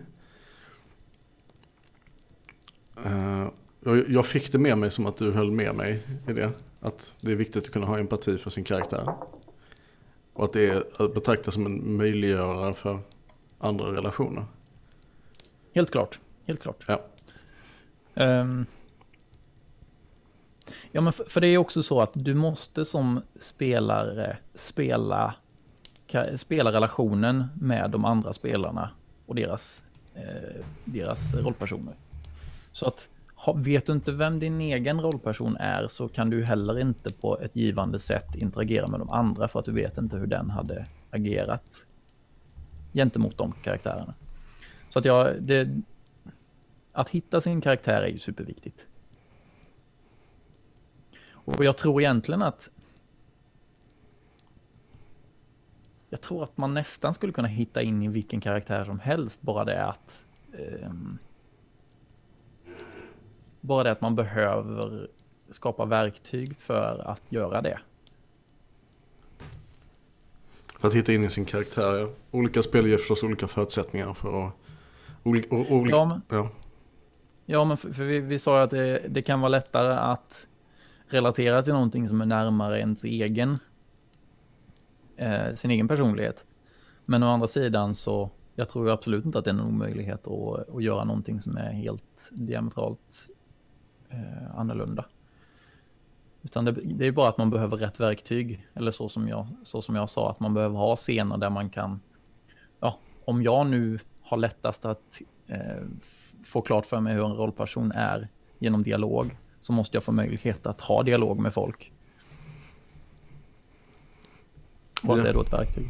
Jag fick det med mig som att du höll med mig i det. Att det är viktigt att kunna ha empati för sin karaktär. Och att det är att betrakta som en möjliggörare för andra relationer. Helt klart, helt klart. Ja. Um, ja, men för, för det är också så att du måste som spelare spela, spela relationen med de andra spelarna och deras, eh, deras rollpersoner. Så att ha, vet du inte vem din egen rollperson är så kan du heller inte på ett givande sätt interagera med de andra för att du vet inte hur den hade agerat gentemot de karaktärerna. Så att jag, det, att hitta sin karaktär är ju superviktigt. Och jag tror egentligen att jag tror att man nästan skulle kunna hitta in i vilken karaktär som helst, bara det att um, bara det att man behöver skapa verktyg för att göra det. För att hitta in i sin karaktär. Olika spel ger förstås olika förutsättningar för att... Olika, olika, ja, men, ja. ja, men för, för vi, vi sa att det, det kan vara lättare att relatera till någonting som är närmare ens egen eh, sin egen personlighet. Men å andra sidan så jag tror absolut inte att det är någon omöjlighet att, att göra någonting som är helt diametralt eh, annorlunda. Utan det, det är bara att man behöver rätt verktyg. Eller så som, jag, så som jag sa, att man behöver ha scener där man kan... Ja, om jag nu har lättast att eh, få klart för mig hur en rollperson är genom dialog, så måste jag få möjlighet att ha dialog med folk. Och att det är då ett verktyg.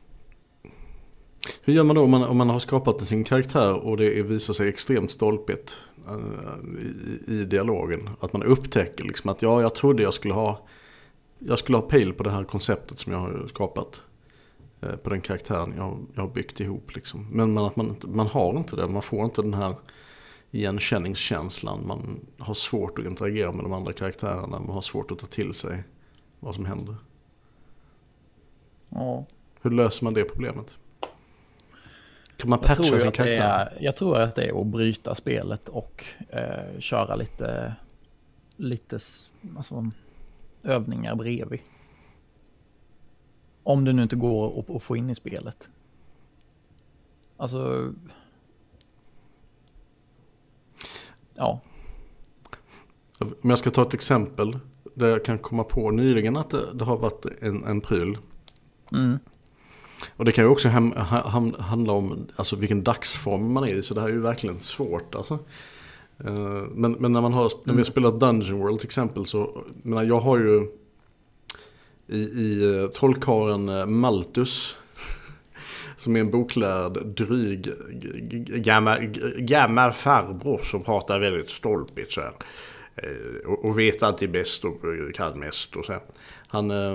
Hur gör man då om man, om man har skapat sin karaktär och det visar sig extremt stolpigt uh, i, i dialogen? Att man upptäcker liksom att ja, jag trodde jag skulle ha jag skulle ha pejl på det här konceptet som jag har skapat uh, på den karaktären jag, jag har byggt ihop liksom. Men man, att man, man har inte det, man får inte den här igenkänningskänslan, man har svårt att interagera med de andra karaktärerna, man har svårt att ta till sig vad som händer. Ja. Hur löser man det problemet? Kan man patcha sin jag karaktär? Är, jag tror att det är att bryta spelet och eh, köra lite lite alltså, övningar bredvid. Om det nu inte går att, att få in i spelet. Alltså ja. Om jag ska ta ett exempel där jag kan komma på nyligen att det, det har varit en, en pryl. Mm. Och det kan ju också hem, ham, handla om alltså vilken dagsform man är i, så det här är ju verkligen svårt alltså. Uh, men, men när man har när vi har spelat Dungeon World till exempel, så menar, jag har ju i, i uh, trollkaren Malthus som är en boklärd dryg gammal, gammal farbror som pratar väldigt stolpigt så här. Uh, och, och vet alltid bäst och kan mest och så här. Han uh,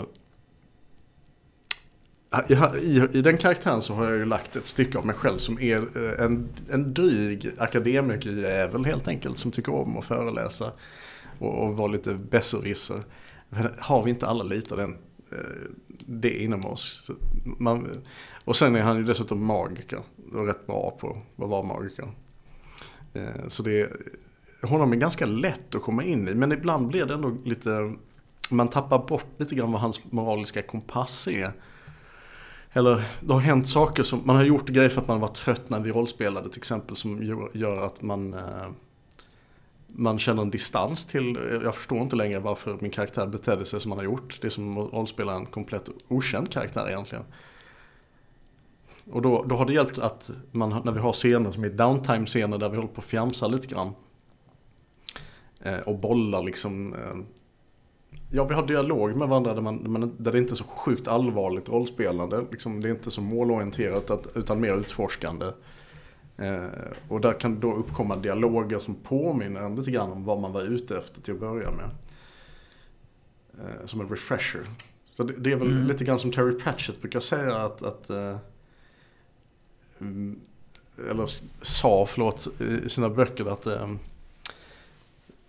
I, I den karaktären så har jag ju lagt ett stycke av mig själv som är en, en dryg akademikerijävel helt enkelt, som tycker om att föreläsa och, och vara lite besserwisser. Har vi inte alla lite av den, det inom oss? Man, och sen är han ju dessutom magiker och rätt bra på att vara magiker. Så det honom är ganska lätt att komma in i, men ibland blir det ändå lite, man tappar bort lite grann vad hans moraliska kompass är. Eller det har hänt saker som man har gjort grejer för att man var trött när vi rollspelade till exempel, som gör att man eh, man känner en distans till, jag förstår inte längre varför min karaktär betedde sig som man har gjort. Det är som att rollspela en komplett okänd karaktär egentligen. Och då, då har det hjälpt att man, när vi har scener som är downtime-scener där vi håller på att fjamsa lite grann eh, och bollar liksom eh, ja, vi har dialog med varandra där, man, där det inte är så sjukt allvarligt rollspelande. Liksom, det är inte så målorienterat utan mer utforskande. Eh, och där kan då uppkomma dialoger som påminner lite grann om vad man var ute efter till att börja med. Eh, som en refresher. Så det, det är väl mm. lite grann som Terry Pratchett brukar säga att... att eh, eller sa, förlåt, i sina böcker att... Eh,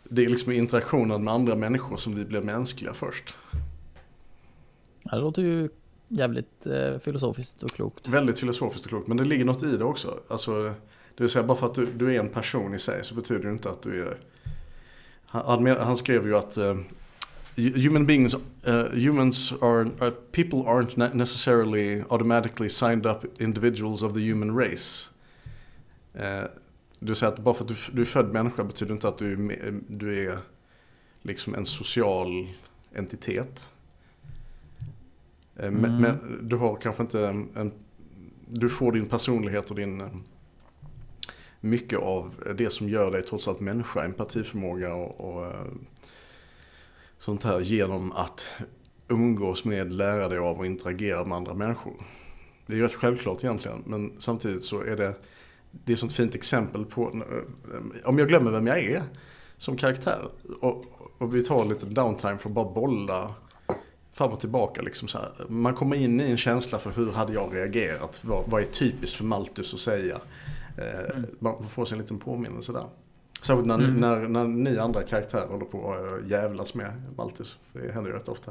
det är liksom interaktionen med andra människor som vi blir mänskliga först. Ja, det låter ju jävligt eh, filosofiskt och klokt. Väldigt filosofiskt och klokt, men det ligger något i det också. Alltså, det vill säga, bara för att du, du är en person i sig så betyder det inte att du är... Han, han skrev ju att uh, human beings, uh, humans are, uh, people aren't necessarily automatically signed up individuals of the human race. Uh, du säger att bara för att du, du är född människa betyder inte att du är, du är liksom en social entitet. Uh, mm. men, men du har kanske inte en, en... Du får din personlighet och din... mycket av det som gör dig trots allt människa, empatiförmåga och, och sånt här genom att umgås med, lära dig av och interagera med andra människor. Det är ju rätt självklart egentligen, men samtidigt så är det det är ett sånt fint exempel på om jag glömmer vem jag är som karaktär och, och vi tar lite downtime för att bara bolla fram och tillbaka liksom så här. Man kommer in i en känsla för hur hade jag reagerat, vad, vad är typiskt för Malthus att säga. Mm. Man får sig en liten påminnelse där. Särskilt när, mm. när, när ni andra karaktärer håller på att jävlas med Malthus. Det händer ju rätt ofta.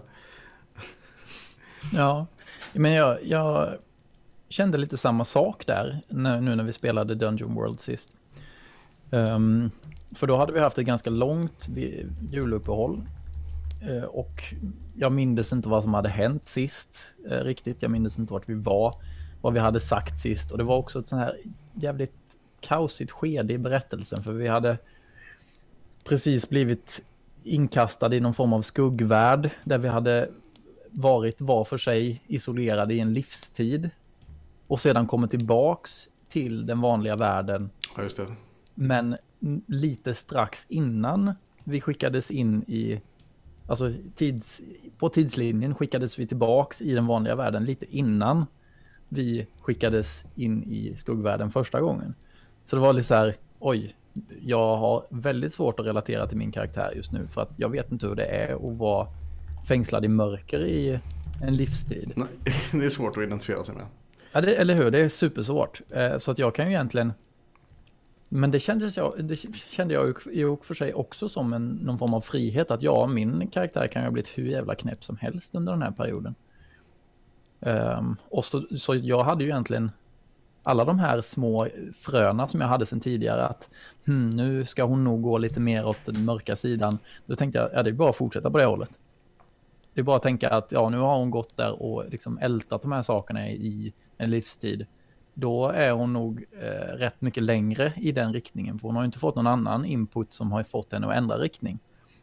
Ja, men jag, jag kände lite samma sak där när, nu när vi spelade Dungeon World sist. Um, för då hade vi haft ett ganska långt juluppehåll. Uh, och jag minns inte vad som hade hänt sist uh, riktigt. Jag minns inte vart vi var, vad vi hade sagt sist. Och det var också ett sånt här jävligt kaosigt skede i berättelsen. För vi hade precis blivit inkastade i någon form av skuggvärld. Där vi hade varit var för sig isolerade i en livstid. Och sedan kommit tillbaks till den vanliga världen. Ja, just det. Men lite strax innan vi skickades in i... Alltså tids, på tidslinjen skickades vi tillbaks i den vanliga världen lite innan vi skickades in i skuggvärlden första gången. Så det var lite så här, oj, jag har väldigt svårt att relatera till min karaktär just nu för att jag vet inte hur det är att vara fängslad i mörker i en livstid. Nej, det är svårt att identifiera sig med. Ja, det, eller hur? Det är supersvårt. Så att jag kan ju egentligen... Men det, kändes jag, det kände jag ju för sig också som en, någon form av frihet. Att ja, min karaktär kan ju ha blivit hur jävla knäpp som helst under den här perioden. Um, och så, så jag hade ju egentligen alla de här små fröna som jag hade sedan tidigare. Att hmm, nu ska hon nog gå lite mer åt den mörka sidan. Då tänkte jag, ja, det är bara att fortsätta på det hållet. Det är bara att tänka att ja, nu har hon gått där och liksom ältat de här sakerna i en livstid. Då är hon nog eh, rätt mycket längre i den riktningen. För hon har ju inte fått någon annan input som har fått henne att ändra riktning.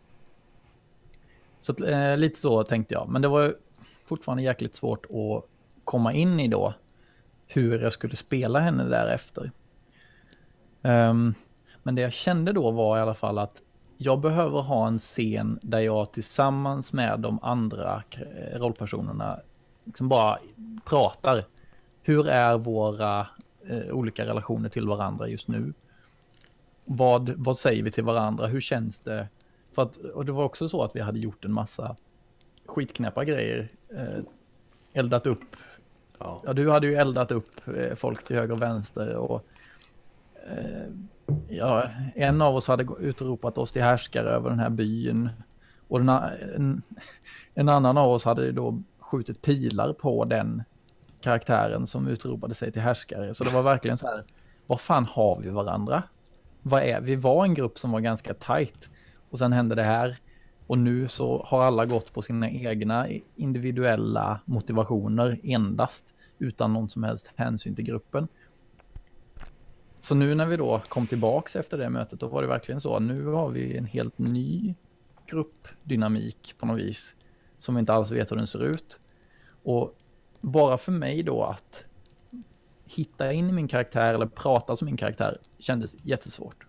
Så eh, lite så tänkte jag. Men det var fortfarande jäkligt svårt att komma in i då. Hur jag skulle spela henne därefter. Um, men det jag kände då var i alla fall att jag behöver ha en scen där jag tillsammans med de andra rollpersonerna liksom bara pratar. Hur är våra eh, olika relationer till varandra just nu? Vad, vad säger vi till varandra? Hur känns det? För att, och det var också så att vi hade gjort en massa skitknäppa grejer. Eh, eldat upp. Ja. ja, du hade ju eldat upp eh, folk till höger och vänster. Och, eh, ja, en av oss hade utropat oss till härskare över den här byn. Och den, en, en annan av oss hade då skjutit pilar på den karaktären som utropade sig till härskare. Så det var verkligen så här, vad fan har vi varandra? Vad är vi? var en grupp som var ganska tajt. Och sen hände det här. Och nu så har alla gått på sina egna individuella motivationer endast. Utan någon som helst hänsyn till gruppen. Så nu när vi då kom tillbaks efter det mötet, då var det verkligen så. Nu har vi en helt ny gruppdynamik på något vis. Som vi inte alls vet hur den ser ut. Och bara för mig då att hitta in i min karaktär eller prata som min karaktär kändes jättesvårt.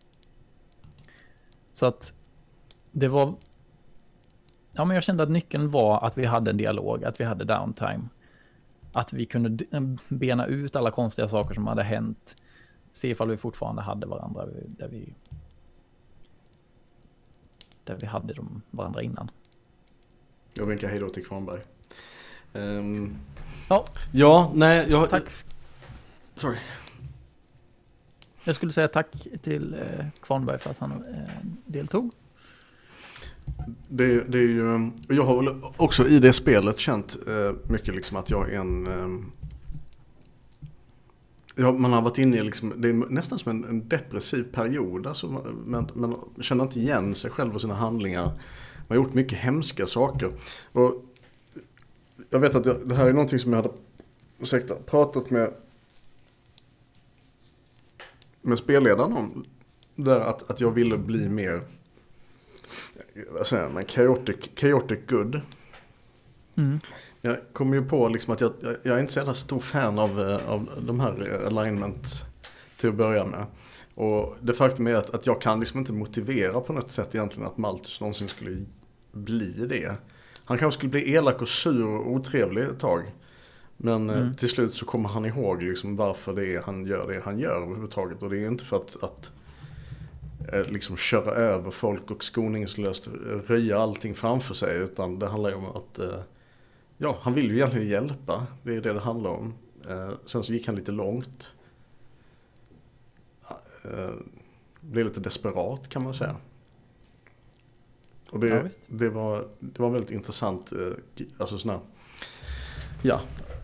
Så att det var... Ja, men jag kände att nyckeln var att vi hade en dialog, att vi hade downtime. Att vi kunde bena ut alla konstiga saker som hade hänt. Se ifall vi fortfarande hade varandra där vi, där vi hade dem varandra innan. Jag vinkar hej då till Kvarnberg. Um, ja. Ja, nej, jag... Tack. Sorry. Jag skulle säga tack till eh, Kvarnberg för att han eh, deltog. Det, det är ju, jag har väl också i det spelet känt eh, mycket liksom att jag är en... Eh, ja, man har varit inne i liksom, det är nästan som en, en depressiv period. Alltså man, man, man känner inte igen sig själv och sina handlingar. Man har gjort mycket hemska saker. Och jag vet att jag, det här är någonting som jag hade ursäkta, pratat med med spelledaren om. Där att, att jag ville bli mer vad säger man, chaotic, chaotic good. Mm. Jag kommer ju på liksom att jag, jag är inte så jävla stor fan av, av de här alignment till att börja med. Och det faktum är att, att jag kan liksom inte motivera på något sätt egentligen att Malthus någonsin skulle bli det. Han kanske skulle bli elak och sur och otrevlig ett tag. Men mm. till slut så kommer han ihåg liksom varför det är han gör det han gör överhuvudtaget. Och det är inte för att, att liksom köra över folk och skoningslöst röja allting framför sig. Utan det handlar ju om att ja, han vill ju egentligen hjälpa. Det är det det handlar om. Sen så gick han lite långt. Blev lite desperat kan man säga. Och det, ja, det, var, det var väldigt intressant. Alltså såna, ja.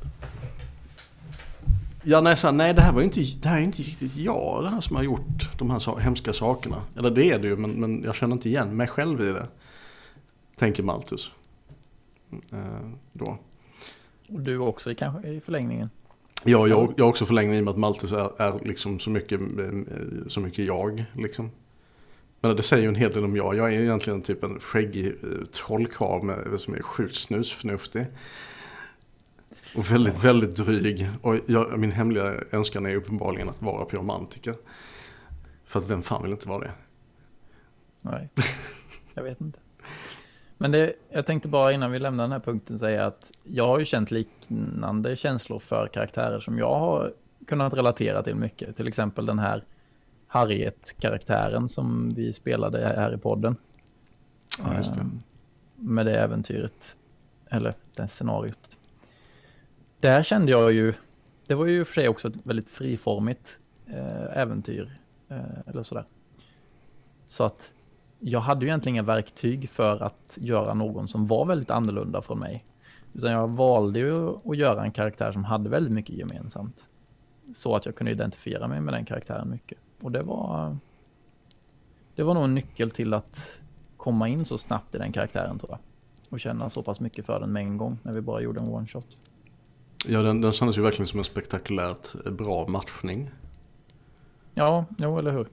Ja, nej, så, nej det här var inte, det här är inte riktigt jag det här som har gjort de här så, hemska sakerna. Eller det är det ju, men, men jag känner inte igen mig själv i det. Tänker Malthus. Eh, då. Och du också i, kanske, i förlängningen? Ja, jag, jag också förlängningen i och med att Malthus är, är liksom så mycket, så mycket jag. Liksom. Men det säger ju en hel del om jag. Jag är egentligen typ en skäggig trollkarl med, som är sjukt snusförnuftig. Och väldigt, ja. väldigt dryg. Och jag, min hemliga önskan är uppenbarligen att vara pyromantiker. För att vem fan vill inte vara det? Nej, jag vet inte. Men det, jag tänkte bara innan vi lämnar den här punkten säga att jag har ju känt liknande känslor för karaktärer som jag har kunnat relatera till mycket. Till exempel den här Harriet-karaktären som vi spelade här i podden. Ja, just det. Med det äventyret. Eller det scenariot. Där kände jag ju, det var ju för sig också ett väldigt friformigt eh, äventyr. Eh, eller sådär. Så att jag hade ju egentligen inga verktyg för att göra någon som var väldigt annorlunda från mig. Utan jag valde ju att göra en karaktär som hade väldigt mycket gemensamt. Så att jag kunde identifiera mig med den karaktären mycket. Och det var det var nog en nyckel till att komma in så snabbt i den karaktären tror jag. Och känna så pass mycket för den med en gång när vi bara gjorde en one shot. Ja, den, den kändes ju verkligen som en spektakulärt bra matchning. Ja, jo, eller hur?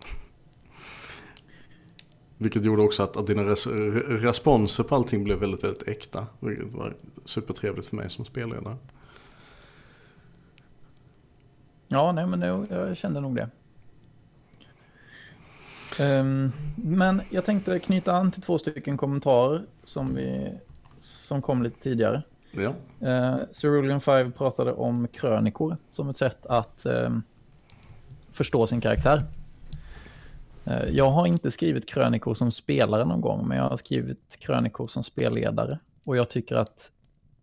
Vilket gjorde också att, att dina res, responser på allting blev väldigt, väldigt äkta. Det var supertrevligt för mig som spelledare. Ja, nej, men jag, jag kände nog det. Um, men jag tänkte knyta an till två stycken kommentarer som, vi, som kom lite tidigare. Ja. Uh, Cerulean fem pratade om krönikor som ett sätt att um, förstå sin karaktär. Uh, jag har inte skrivit krönikor som spelare någon gång, men jag har skrivit krönikor som spelledare. Och jag tycker att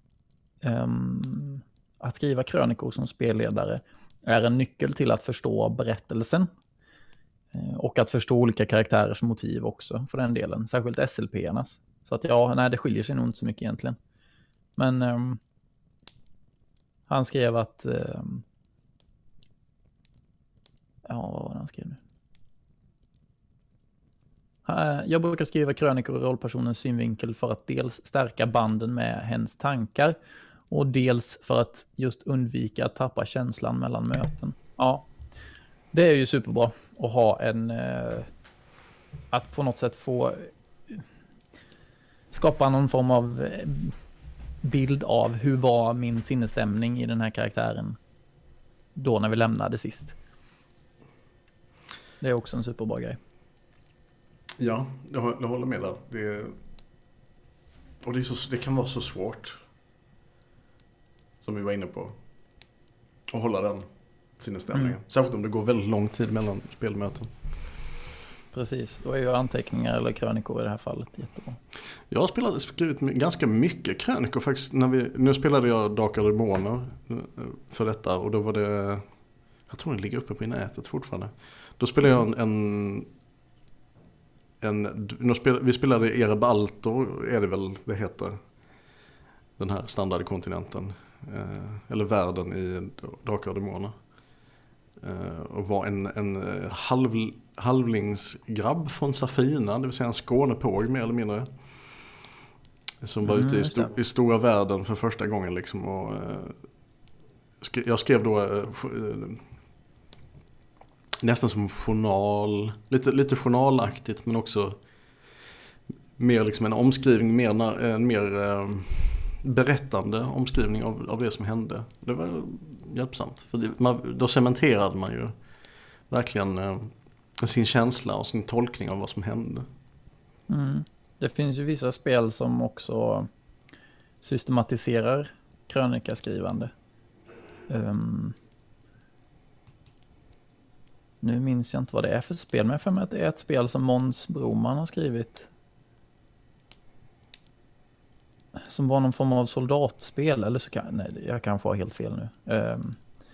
um, att skriva krönikor som spelledare är en nyckel till att förstå berättelsen. Uh, och att förstå olika karaktärers motiv också för den delen. Särskilt S L P-ernas. Så att ja, nej, det skiljer sig nog inte så mycket egentligen. Men um, han skrev att um, ja, vad var det han skrev nu? Uh, jag brukar skriva krönikor i rollpersonens synvinkel för att dels stärka banden med hens tankar och dels för att just undvika att tappa känslan mellan möten. Ja, det är ju superbra att ha en uh, att på något sätt få skapa någon form av uh, bild av hur var min sinnesstämning i den här karaktären då när vi lämnade sist. Det är också en superbra grej. Ja, jag håller med där. Det, och det, är så, det kan vara så svårt, som vi var inne på, att hålla den sinnesstämningen. Mm. Särskilt om det går väldigt lång tid mellan spelmöten. Precis, då är ju anteckningar eller krönikor i det här fallet jättebra. Jag har spelat, skrivit ganska mycket krönikor faktiskt. När vi, nu spelade jag Dark Demoner för detta och då var det Jag tror den ligger uppe på nätet fortfarande. Då spelade jag en... en, en nu spel, vi spelade Erebaltor, är det väl det heter. Den här standardkontinenten. Eh, eller världen i Drakar och Demoner. Eh, och var en, en halv, halvlingsgrabb från Safina, det vill säga en Skånepåg mer eller mindre. Som var mm, ute i, sto, i stora världen för första gången liksom. Och, eh, sk- jag skrev då... Eh, nästan som journal, lite, lite journalaktigt men också mer liksom en omskrivning, mer, en mer eh, berättande omskrivning av, av det som hände. Det var hjälpsamt, för det, man, då cementerade man ju verkligen eh, sin känsla och sin tolkning av vad som hände. Mm. Det finns ju vissa spel som också systematiserar krönikaskrivande. Um... Nu minns jag inte vad det är för spel, men jag för mig att det är ett spel som Måns Broman har skrivit. Som var någon form av soldatspel, eller så kan nej, jag kan få helt fel nu. Um,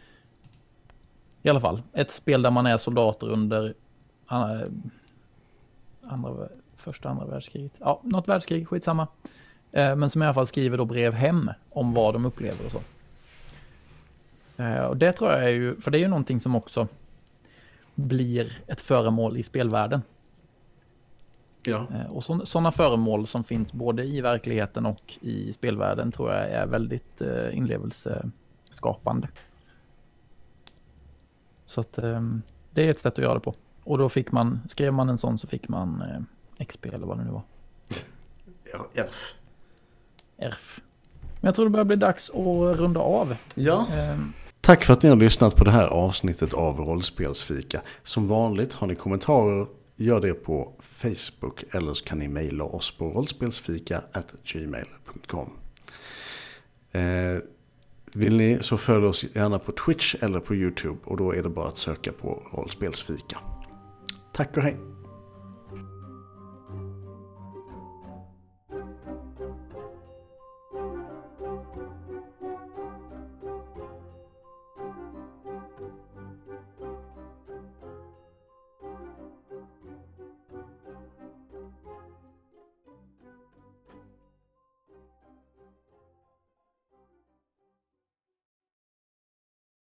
I alla fall, ett spel där man är soldater under andra, andra, första andra världskriget. Ja, något världskrig, skitsamma. Uh, men som i alla fall skriver då brev hem om vad de upplever och så. Uh, och det tror jag är ju, för det är ju någonting som också blir ett föremål i spelvärlden. Ja. Och så, sådana föremål som finns både i verkligheten och i spelvärlden tror jag är väldigt eh, inlevelseskapande. Så att eh, det är ett sätt att göra det på. Och då fick man, skrev man en sån så fick man eh, X P eller vad det nu var. R F. R F. Men jag tror det börjar bli dags att runda av. Ja. Eh, Tack för att ni har lyssnat på det här avsnittet av Rollspelsfika. Som vanligt har ni kommentarer, gör det på Facebook eller så kan ni mejla oss på rollspelsfika at gmail dot com. Eh, vill ni så följ oss gärna på Twitch eller på YouTube och då är det bara att söka på Rollspelsfika. Tack och hej!